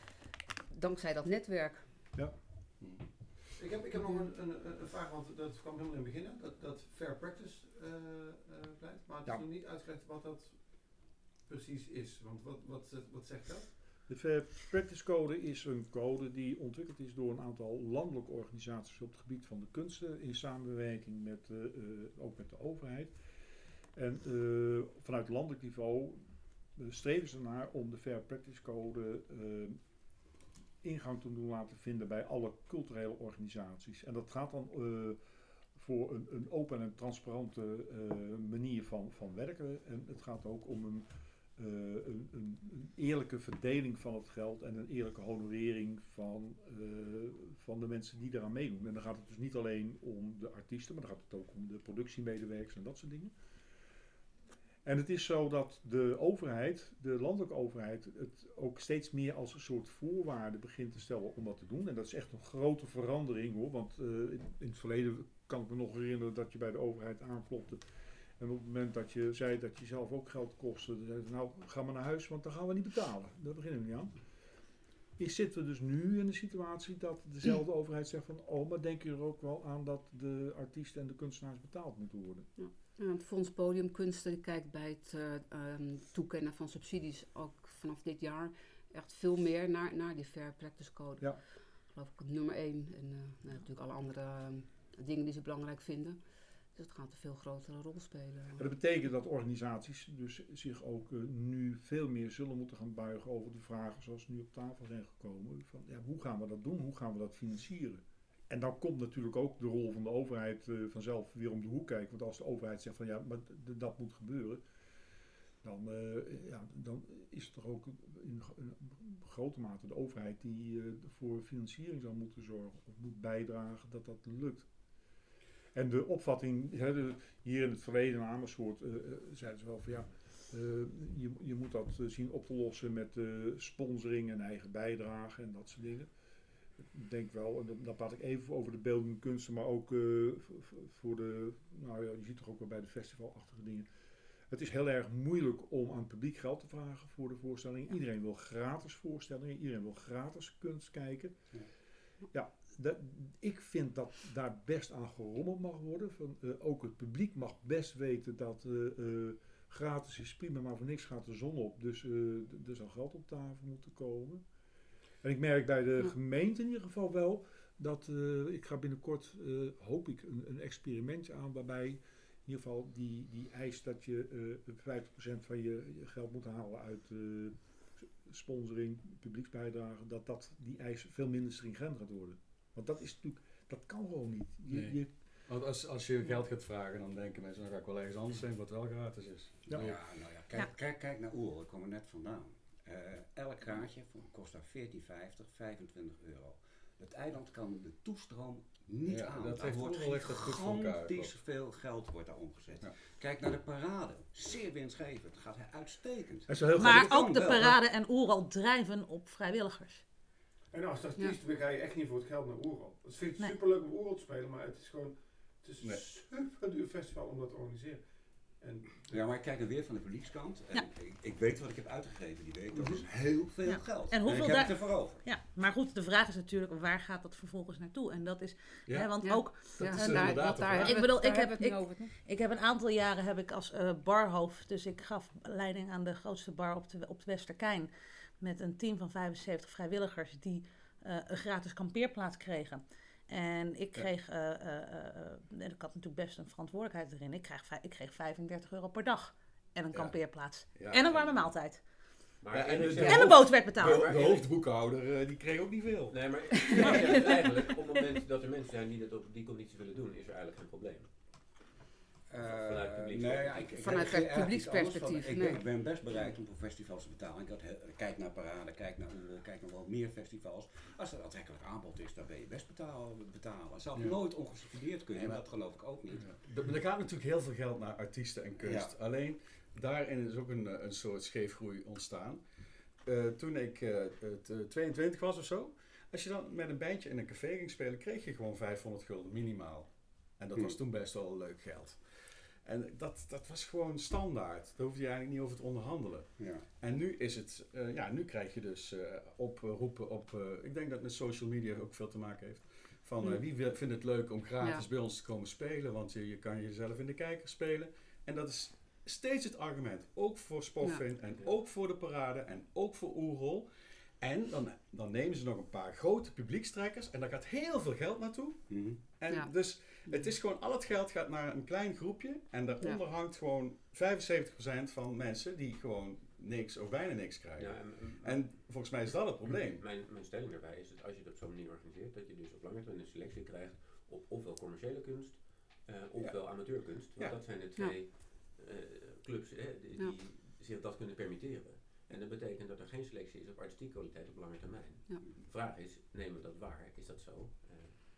Dankzij dat netwerk. Mm. Ik heb, ik heb nog een, een, een vraag, want dat kwam helemaal in het begin, hè, dat, dat fair practice uh, uh, pleit. Maar het is Ja. nog niet uitgelegd wat dat precies is. Want wat, wat, zet- wat zegt dat? De Fair Practice Code is een code die ontwikkeld is door een aantal landelijke organisaties op het gebied van de kunsten in samenwerking met, uh, uh, ook met de overheid. En uh, vanuit landelijk niveau uh, streven ze ernaar om de Fair Practice Code uh, ingang te doen laten vinden bij alle culturele organisaties. En dat gaat dan uh, voor een, een open en transparante uh, manier van, van werken. En het gaat ook om een Uh, een, een, een eerlijke verdeling van het geld en een eerlijke honorering van, uh, van de mensen die eraan meedoen. En dan gaat het dus niet alleen om de artiesten, maar dan gaat het ook om de productiemedewerkers en dat soort dingen. En het is zo dat de overheid, de landelijke overheid, het ook steeds meer als een soort voorwaarde begint te stellen om dat te doen. En dat is echt een grote verandering hoor, want uh, in, in het verleden kan ik me nog herinneren dat je bij de overheid aanklopte. En op het moment dat je zei dat je zelf ook geld kostte, dan zei ze, nou ga maar naar huis, want dan gaan we niet betalen. Daar beginnen we niet aan. Is zitten we dus nu in de situatie dat dezelfde overheid zegt van, oh, maar denk je er ook wel aan dat de artiesten en de kunstenaars betaald moeten worden? Ja, het Fonds Podiumkunsten die kijkt bij het uh, um, toekennen van subsidies ook vanaf dit jaar echt veel meer naar, naar die Fair Practice Code. Ja. Geloof ik nummer één. En uh, nou, natuurlijk alle andere uh, dingen die ze belangrijk vinden. Dus het gaat een veel grotere rol spelen. En dat betekent dat organisaties dus zich ook uh, nu veel meer zullen moeten gaan buigen over de vragen zoals nu op tafel zijn gekomen. Van, ja, hoe gaan we dat doen? Hoe gaan we dat financieren? En dan komt natuurlijk ook de rol van de overheid uh, vanzelf weer om de hoek kijken. Want als de overheid zegt van ja, maar d- dat moet gebeuren. Dan, uh, ja, dan is het toch ook in, in grote mate de overheid die uh, voor financiering zou moeten zorgen. Of moet bijdragen dat dat lukt. En de opvatting, hè, de, hier in het verleden in Amersfoort, uh, uh, zeiden ze wel van ja, uh, je, je moet dat uh, zien op te lossen met uh, sponsoring en eigen bijdrage en dat soort dingen. Ik denk wel, en dan, dan praat ik even over de beeldende kunsten, maar ook uh, v- voor de, nou ja, je ziet toch ook wel bij de festivalachtige dingen. Het is heel erg moeilijk om aan het publiek geld te vragen voor de voorstellingen. Iedereen wil gratis voorstellingen, iedereen wil gratis kunst kijken. Ja. Ja, dat, ik vind dat daar best aan gerommeld mag worden. Van, uh, ook het publiek mag best weten dat uh, uh, gratis is prima, maar voor niks gaat de zon op. Dus uh, d- er zal geld op tafel moeten komen. En ik merk bij de Ja. gemeente in ieder geval wel dat uh, ik ga binnenkort, uh, hoop ik, een, een experimentje aan waarbij in ieder geval die, die eis dat je uh, vijftig procent van je, je geld moet halen uit uh, sponsoring, publieksbijdrage, dat, dat die eis veel minder stringent gaat worden. Want dat is natuurlijk, dat kan gewoon niet. Je, Nee. je, Want als, als je geld gaat vragen, dan denken mensen, dan ga ik wel ergens anders heen wat wel gratis is. Ja. Ja, nou ja, kijk, Ja. Kijk, kijk naar Oerol, ik kom er net vandaan. Uh, elk kaartje kost daar veertien vijftig, vijfentwintig euro. Het eiland kan de toestroom niet Ja, aan. dat Daar heeft wordt Oerol heeft dat goed voor elkaar, gigantisch klopt. veel geld wordt daar omgezet. Ja. Kijk naar de parade, zeer winstgevend, het gaat uitstekend. dat is wel heel Maar goed. kan ook de wel, parade en Oerol drijven op vrijwilligers. En als artiest ga je echt niet voor het geld naar Oerol. Dat vind ik Nee. super leuk om Oerol te spelen, maar het is gewoon het is een Nee. super duur festival om dat te organiseren. En Ja, maar ik kijk er weer van de publiekskant. En Ja. ik, ik weet wat ik heb uitgegeven die week. Dat is heel veel Ja. geld. En hoeveel ik heb daar- het ervoor over. Ja, maar goed, de vraag is natuurlijk, waar gaat dat vervolgens naartoe? En dat is, Ja. hè, want Ja. ook, Ja, is en inderdaad daar, de wat daar vraag. hebben Ik we- bedoel, daar ik hebben heb- we het nu over. ik heb een aantal jaren heb ik als eh, barhoofd, dus ik gaf leiding aan de grootste bar op de, op de Westerkijn. Met een team van vijfenzeventig vrijwilligers die eh, een gratis kampeerplaats kregen. En ik Ja. kreeg, eh, eh, eh, en ik had natuurlijk best een verantwoordelijkheid erin. Ik kreeg, vij- ik kreeg vijfendertig euro per dag en een Ja. kampeerplaats. Ja. En een warme maaltijd. Maar Ja, en eerlijk de- gezegd- En een boot werd betaald. De, de hoofdboekhouder, eh, die kreeg ook niet veel. Nee, maar maar ja, eigenlijk, op het moment dat er mensen zijn die dat op die conditie willen doen, is er eigenlijk geen probleem. Vanuit Uh, publieks- nee, ja, ik, ik Vanuit heb het echt iets anders publieksperspectief, van- Ik, nee. ben, ik ben best bereid om voor festivals te betalen. Ik had, he- kijk naar Parade, kijk naar Oerol, kijk naar wel meer festivals. Als er een aantrekkelijk aanbod is, dan ben je best betalen. betalen. Het zal Ja. nooit ongesubsidieerd kunnen, Nee, en maar- dat geloof ik ook niet. Er er gaat natuurlijk heel veel geld naar artiesten en kunst. Ja. Alleen daarin is ook een, eh, een soort scheefgroei ontstaan. Uh, toen ik uh, het, uh, tweeëntwintig was of zo, als je dan met een bandje in een café ging spelen, kreeg je gewoon vijfhonderd gulden minimaal. En dat Hmm. was toen best wel leuk geld. En dat, dat was gewoon standaard. Daar hoefde je eigenlijk niet over te onderhandelen. Ja. En nu is het, uh, ja, nu krijg je dus uh, oproepen op, uh, ik denk dat het met social media ook veel te maken heeft. Van uh, Hmm. wie wil- vindt het leuk om gratis Ja. bij ons te komen spelen, want je, je kan jezelf in de kijker spelen. En dat is steeds het argument, ook voor Spoffin en Ja. ook voor de parade en ook voor Oerol. En dan, dan nemen ze nog een paar grote publiekstrekkers en daar gaat heel veel geld naartoe. Mhm. En Ja. dus het is gewoon, al het geld gaat naar een klein groepje en daaronder hangt gewoon vijfenzeventig procent van mensen die gewoon niks of bijna niks krijgen. Ja, en, En volgens mij is dat het probleem. Mijn, mijn stelling daarbij is dat als je het op zo'n manier organiseert, dat je dus op lange termijn een selectie krijgt op ofwel commerciële kunst, uh, ofwel amateurkunst. Want Ja. dat zijn de twee uh, clubs hè, die, Ja. die zich dat kunnen permitteren. En dat betekent dat er geen selectie is op artistieke kwaliteit op lange termijn. Ja. De vraag is, nemen we dat waar? Is dat zo? Uh,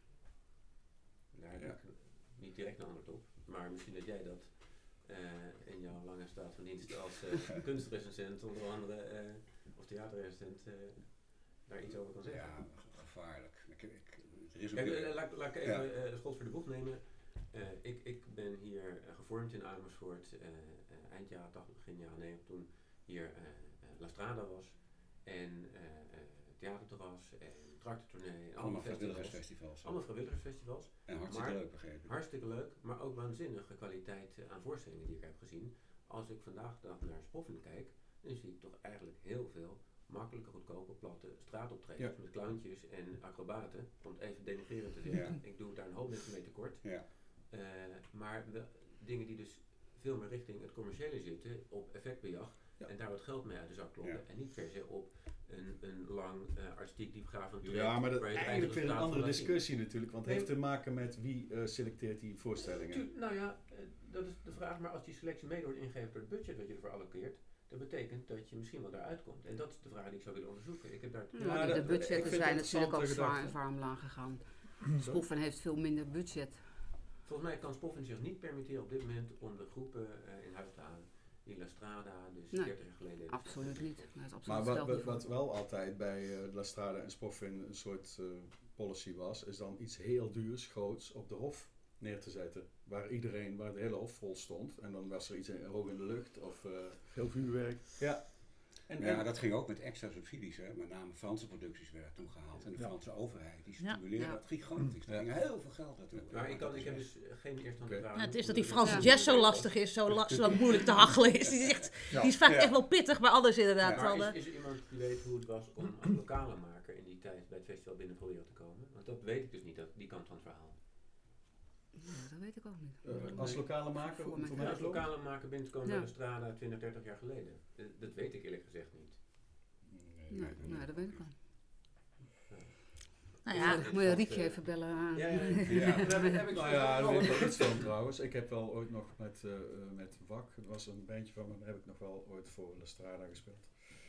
daar heb Ja. ik niet direct een antwoord op. Maar misschien dat jij dat uh, in jouw lange staat van dienst als uh, kunstrecensent onder andere, uh, of theaterrecensent, uh, daar iets over kan zeggen. Ja, gevaarlijk. Ik, ik, er is ook Kijk, weer- uh, laat, laat ik Ja. even uh, schot voor de boeg nemen. Uh, ik, ik ben hier uh, gevormd in Amersfoort uh, uh, eind jaren tachtig, begin jaren negentig, toen hier uh, uh, La Strada was en uh, uh, theaterterras en tractortournee. en allemaal festivals. vrijwilligersfestivals. Allemaal vrijwilligersfestivals. En hartstikke maar- leuk, begrepen. Hartstikke leuk, maar ook waanzinnige kwaliteit uh, aan voorstellingen die ik heb gezien. Als ik vandaag de dag naar Spoffin kijk, dan zie ik toch eigenlijk heel veel makkelijke, goedkope, platte straatoptredens Ja. met clowntjes en acrobaten. Om het even denigrerend te zeggen. Ja. Ik doe daar een hoop mensen mee tekort. Ja. Uh, maar wel dingen die dus veel meer richting het commerciële zitten, op effectbejag. Ja. En daar wat geld mee uit de zak kloppen. Ja. En niet per se op een, een lang uh, artistiek diepgravend traject. Ja, maar dat waar is je het eigenlijk weer een eindresultaat andere van laat zien. discussie natuurlijk, want het Nee. heeft te maken met wie uh, selecteert die voorstellingen. Tu- nou ja, uh, dat is de vraag, maar als die selectie mede wordt ingegeven door het budget dat je ervoor allokeert, dat betekent dat je misschien wel daaruit komt. En dat is de vraag die ik zou willen onderzoeken. Ik heb daar Ja, Ja, de, dat- de ik budgetten vind het zijn natuurlijk ook interessante zwaar, gedachte. zwaar omlaag gegaan. Spoffin heeft veel minder budget. Volgens mij kan Spoffin zich niet permitteren op dit moment om de groepen uh, in huis te halen die La Strada, dus Nee, veertig jaar geleden. Absoluut niet. Dat is absoluut Maar het wat, geld wat, niet voor. wat wel altijd bij uh, La Strada en Spoffin een soort uh, policy was, is dan iets heel duurs, groots op de hof neer te zetten. Waar iedereen, waar de hele hof vol stond. En dan was er iets in, hoog in de lucht. Of, uh, Veel vuurwerk. ja. En, Ja, en- dat ging ook met extra subsidies. Hè. Met name Franse producties werden toen gehaald. En de Ja. Franse overheid die Ja. stimuleerde Ja. dat gigantisch. Er ging heel veel geld naartoe. Maar ik, Ja, kan, dat ik is heb echt- dus uh, geen eerste Oké. vraag. Nou, het is dat die Franse Ja. jazz zo lastig is, zo, la- zo moeilijk te hachelen is. Die, is echt, Ja. die is vaak Ja. echt wel pittig, maar anders inderdaad. Ja. wel, Maar eh, is, is er iemand die weet hoe het was om als lokale maker in die tijd bij het festival binnen proberen te komen? Want dat weet ik dus niet, dat, die kant van het verhaal. Ja, dat dat weet ik ook niet. Uh, als lokale maker? Voor mijn voor Ja, mij als lokale maker bent komen Ja. bij de Strada twintig, dertig jaar geleden. Dat, dat weet ik eerlijk gezegd niet. Nee, nee, dat weet ik wel. Nou Ja, ja, dan moet je Rietje even bellen. Ja, ja, ja. Ja. Daar heb ik- heb ik Nou zo- ja, daar wel- weet ik wel iets van trouwens. Ik heb wel ooit nog met, uh, met W A C, dat was een bandje van me, daar heb ik nog wel ooit voor La Strada gespeeld.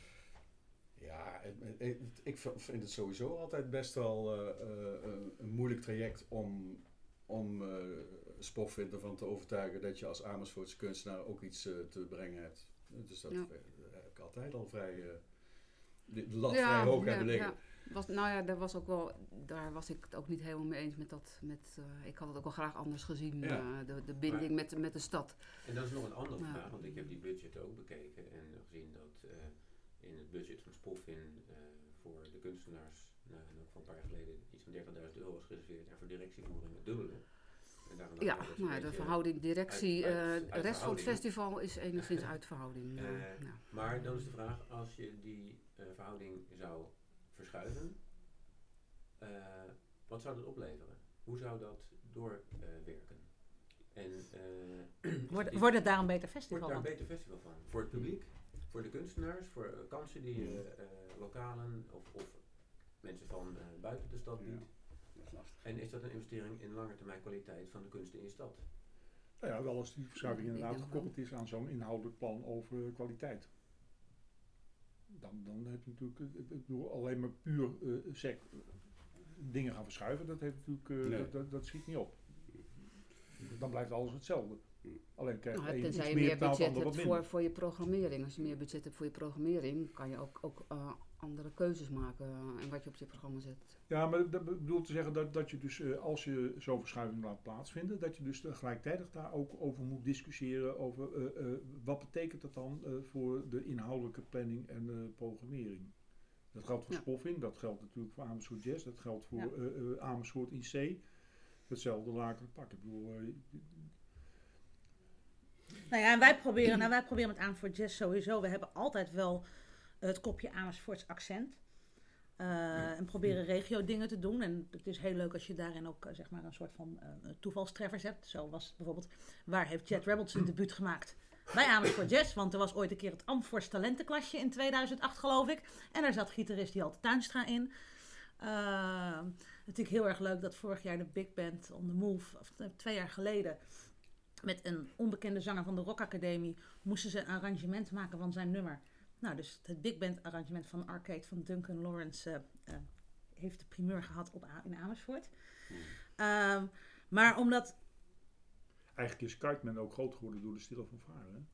Ja, het, het, het, ik vind het sowieso altijd best wel uh, uh, een moeilijk traject om, om uh, Spoffin ervan te overtuigen dat je als Amersfoortse kunstenaar ook iets uh, te brengen hebt. Dus dat Ja. uh, heb ik altijd al vrij, uh, de, de lat vrij hoog ja, hebben liggen. ja. Was, nou ja, daar was, ook wel, daar was ik het ook niet helemaal mee eens met dat. Met, uh, ik had het ook wel graag anders gezien, Ja. uh, de, de binding Maar- met, met de stad. En dat is nog een andere Ja. vraag, want ik heb die budget ook bekeken en gezien dat uh, in het budget van Spoffin uh, voor de kunstenaars, nou, nog van een paar jaar geleden, iets van dertigduizend euro is gereserveerd en voor directievoering het dubbele. En daarom Ja, dacht ik, dat is nou, een ja, de beetje- verhouding directie, uit- uh, uit- de uit rest van het verhouding. festival is enigszins uit verhouding. Eh, Uh, ja. Maar dan is de vraag, als je die uh, verhouding zou verschuiven, uh, wat zou dat opleveren? Hoe zou dat doorwerken? Uh, en uh, wordt, is- wordt het daar een beter wordt festival daar een van? beter festival van? Voor het publiek, voor de kunstenaars, voor uh, kansen die uh, uh, lokalen of, of mensen van uh, buiten de stad Ja, biedt. dat is lastig. En is dat een investering in lange termijn kwaliteit van de kunst in je stad? Nou ja, wel als die verschuiving Ja, ik inderdaad denk wel. gekoppeld is aan zo'n inhoudelijk plan over uh, kwaliteit. Dan, dan heb je natuurlijk, uh, ik bedoel, alleen maar puur uh, sec, uh, dingen gaan verschuiven, dat, heeft natuurlijk, uh, Nee. dat, dat, dat schiet niet op. Dan blijft alles hetzelfde. Alleen krijg je Nou, één tenzij iets je meer meer betaald, budget ander wat hebt minder. voor, voor je programmering. Als je meer budget hebt voor je programmering, kan je ook, ook uh, andere keuzes maken uh, in wat je op je programma zet. Ja, maar dat bedoel te zeggen dat, dat je dus, uh, als je zo'n verschuiving laat plaatsvinden, dat je dus gelijktijdig daar ook over moet discussiëren over uh, uh, wat betekent dat dan uh, voor de inhoudelijke planning en uh, programmering. Dat geldt voor Ja. Spoffin, dat geldt natuurlijk voor Amersfoort Jazz, dat geldt voor Ja. uh, uh, Amersfoort I C. Hetzelfde lakelijk pak. Ik bedoel, uh, Nou ja, en wij proberen, nou, wij proberen met Amersfoort Jazz sowieso. We hebben altijd wel het kopje Amersfoorts accent. Uh, en proberen regio dingen te doen. En het is heel leuk als je daarin ook uh, zeg maar een soort van uh, toevalstreffers hebt. Zo was bijvoorbeeld, waar heeft Jet Rebels zijn debuut gemaakt? Bij Amersfoort Jazz, want er was ooit een keer het Amfors talentenklasje in tweeduizend acht geloof ik. En daar zat gitarist Jelte Tuinstra in. Uh, natuurlijk heel erg leuk dat vorig jaar de Big Band on the Move, of uh, twee jaar geleden, met een onbekende zanger van de Rock Academie moesten ze een arrangement maken van zijn nummer. Nou, dus het Big Band arrangement van Arcade van Duncan Lawrence uh, uh, heeft de primeur gehad op A- in Amersfoort. Mm. Um, maar omdat... Eigenlijk is Kuitman ook groot geworden door de stille van Varen.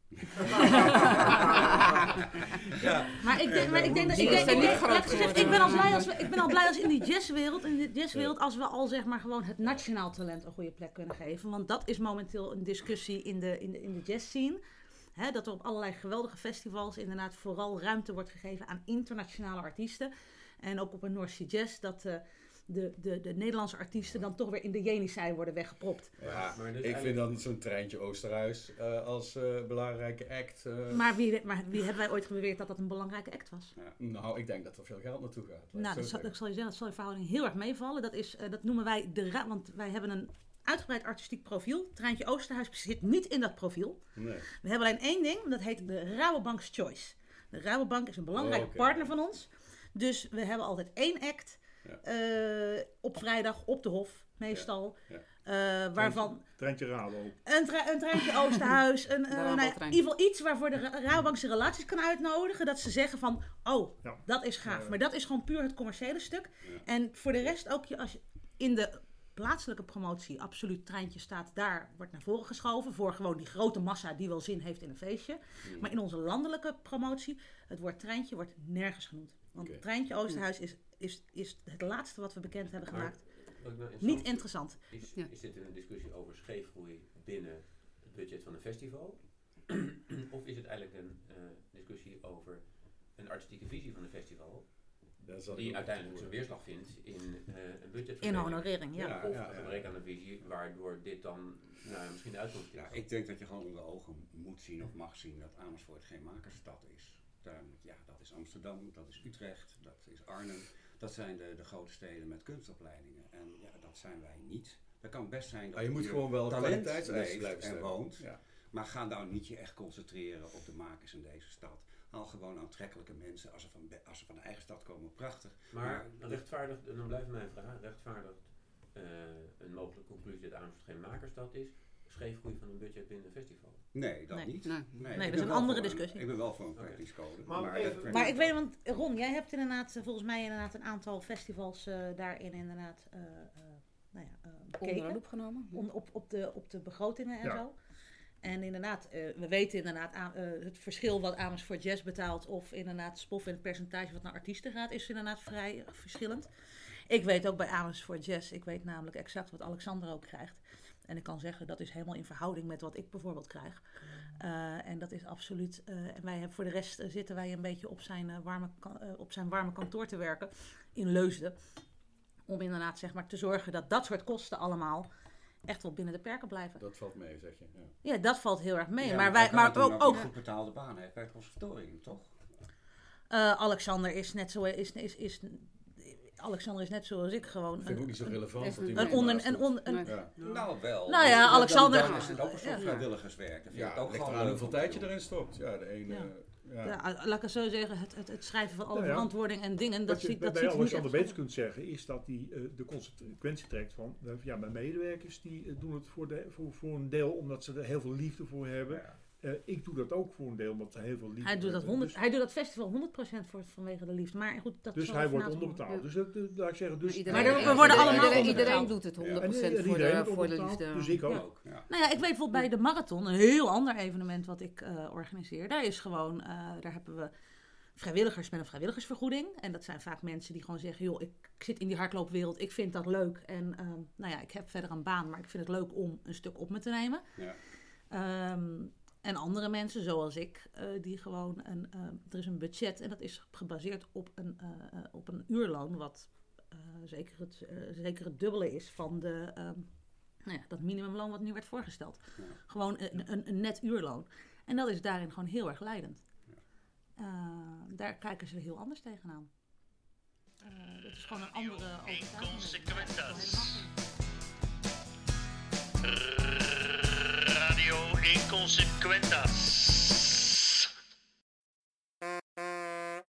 ja. Maar ik denk, maar ik denk dat ik, denk, ik, denk, gezegd, ik ben al blij als we, ik ben al blij als in die jazzwereld, in de jazzwereld, als we al zeg maar gewoon het nationaal talent een goede plek kunnen geven, want dat is momenteel een discussie in de in de, in de jazz scene. He, dat er op allerlei geweldige festivals inderdaad vooral ruimte wordt gegeven aan internationale artiesten en ook op een North Sea Jazz dat uh, De, de, de Nederlandse artiesten dan toch weer in de Jenisei worden weggepropt. Ja, maar dus ik vind dan zo'n Treintje Oosterhuis uh, als uh, belangrijke act. Uh... Maar, wie, maar wie hebben wij ooit beweerd dat dat een belangrijke act was? Ja, nou, ik denk dat er veel geld naartoe gaat. Nou, dat zal, dat zal je zeggen, dat zal je verhouding heel erg meevallen. Dat, is, uh, dat noemen wij de ra- want wij hebben een uitgebreid artistiek profiel. Treintje Oosterhuis zit niet in dat profiel. Nee. We hebben alleen één ding, dat heet de Rabobank's Choice. De Rabobank is een belangrijke oh, okay. partner van ons. Dus we hebben altijd één act. Ja. Uh, op vrijdag op de Hof, meestal. Ja. Ja. Uh, waarvan... Treintje Rabo. Een, tre- een treintje Oosterhuis. Een, uh, nou, in ieder geval iets waarvoor de Ra- Rabobank zijn relaties kan uitnodigen. Dat ze zeggen van, oh, ja. dat is gaaf. Ja, ja. Maar dat is gewoon puur het commerciële stuk. Ja. En voor de rest ook, als je in de plaatselijke promotie absoluut treintje staat, daar wordt naar voren geschoven. Voor gewoon die grote massa die wel zin heeft in een feestje. Ja. Maar in onze landelijke promotie, het woord treintje wordt nergens genoemd. Want okay. Treintje Oosterhuis is... Is, is het laatste wat we bekend hebben gemaakt. Maar, nou niet interessant. Is, ja. is dit een discussie over scheefgroei binnen het budget van een festival? Of is het eigenlijk een uh, discussie over een artistieke visie van een festival? Die uiteindelijk zijn weerslag vindt in uh, een budget. In honorering, ja. ja. Of ja, een gebrek aan een visie, waardoor dit dan nou, misschien de uitkomst is. Ja, ik denk dat je gewoon onder ogen moet zien of mag zien dat Amersfoort geen makersstad is. Daar, ja, dat is Amsterdam, dat is Utrecht, dat is Arnhem. Dat zijn de, de grote steden met kunstopleidingen. En ja, dat zijn wij niet. Dat kan best zijn dat Maar je moet hier gewoon wel talent kwaliteitseisen leeft blijven en stellen. woont. Ja. Maar ga nou niet je echt concentreren op de makers in deze stad. Haal gewoon aantrekkelijke mensen. Als ze van, als ze van de eigen stad komen, prachtig. Maar rechtvaardigt, en dan blijft mijn vraag, rechtvaardigt uh, een mogelijke conclusie dat Amersfoort geen makersstad is, scheefgroei van een budget binnen een festival? Nee, dat Nee. niet. Nee. Nee, dat ik is ben een wel andere voor discussie. Ik ben wel voor een Oké. practice code. Maar Maar, even- dat- Maar ik weet, want Ron, jij hebt inderdaad, eh, volgens mij inderdaad een aantal festivals eh, daarin inderdaad uh, uh, nou ja, uh, Onder de bekeken. loep genomen. Om, op, op, de, op de begrotingen en Ja. zo. En inderdaad, uh, we weten inderdaad aan, uh, het verschil wat Amersfoort Jazz betaalt of inderdaad Spof in het percentage wat naar artiesten gaat, is inderdaad vrij uh, verschillend. Ik weet ook bij Amersfoort Jazz, ik weet namelijk exact wat Alexander ook krijgt. En ik kan zeggen, dat is helemaal in verhouding met wat ik bijvoorbeeld krijg. Uh, en dat is absoluut, uh, en wij hebben voor de rest uh, zitten wij een beetje op zijn, uh, warme, kan, uh, op zijn warme kantoor te werken in Leusden. Om inderdaad zeg maar te zorgen dat dat soort kosten allemaal echt wel binnen de perken blijven. Dat valt mee, zeg je. Ja. Ja, dat valt heel erg mee. Ja, maar hij wij, kan maar natuurlijk ook, ook een goed betaalde baan heeft bij het conservatorium, toch? uh, Alexander is net zo, is, is, is, Alexander is net zoals ik gewoon Dat vind ik ook niet zo een, relevant. een- wat die een, man onder, naast een, doet. onder, een, Nee. Ja. Nou wel. Nou ja, Dan- Alexander- Dan, dan is het ook een soort Ja. vrijwilligerswerk. Dat vind ik Oh, Ja, ook ligt gewoon eraan leuk hoeveel om te tijd je doen. erin stopt. Ja, de ene... Ja. Ja. ja, laat ik het zo zeggen, het, het, het schrijven van alle Nou ja. verantwoording en dingen, dat Wat je ziet bij dat ziet er niet Alexander echt Beets zo. kunt zeggen, is dat hij uh, de consequentie trekt van, uh, ja, mijn medewerkers die uh, doen het voor, de, voor, voor een deel omdat ze er heel veel liefde voor hebben. Ja. Uh, ik doe dat ook voor een deel omdat ze heel veel liefde Hij doet, dat hebben. honderd, Dus, hij doet dat festival honderd procent voor, vanwege de liefde. Maar goed, dat dus zal hij even wordt na te onderbetaald. Ja. Dus, dat, uh, laat ik zeggen, dus Iedereen, Maar er- we iedereen- worden allemaal iedereen, onderbetaald. iedereen doet het honderd En, procent en voor, iedereen de, wordt voor de onderbetaald, liefde. dus ik ook. Ja. Ook, ja. Nou ja, ik weet bijvoorbeeld bij de marathon, een heel ander evenement wat ik uh, organiseer. Daar is gewoon, uh, daar hebben we vrijwilligers met een vrijwilligersvergoeding. En dat zijn vaak mensen die gewoon zeggen, joh, ik, ik zit in die hardloopwereld, ik vind dat leuk. En um, nou ja, ik heb verder een baan, maar ik vind het leuk om een stuk op me te nemen. Ja. Um, en andere mensen, zoals ik, uh, die gewoon, een, uh, er is een budget en dat is gebaseerd op een, uh, uh, op een uurloon, wat uh, zeker, het, uh, zeker het dubbele is van de, um, nou ja, dat minimumloon wat nu werd voorgesteld. Ja. Gewoon een, een, een net uurloon. En dat is daarin gewoon heel erg leidend. Uh, daar kijken ze heel anders tegenaan. Uh, dat is gewoon een andere overtuiging. Inconsequentas. Radio Inconsequentas.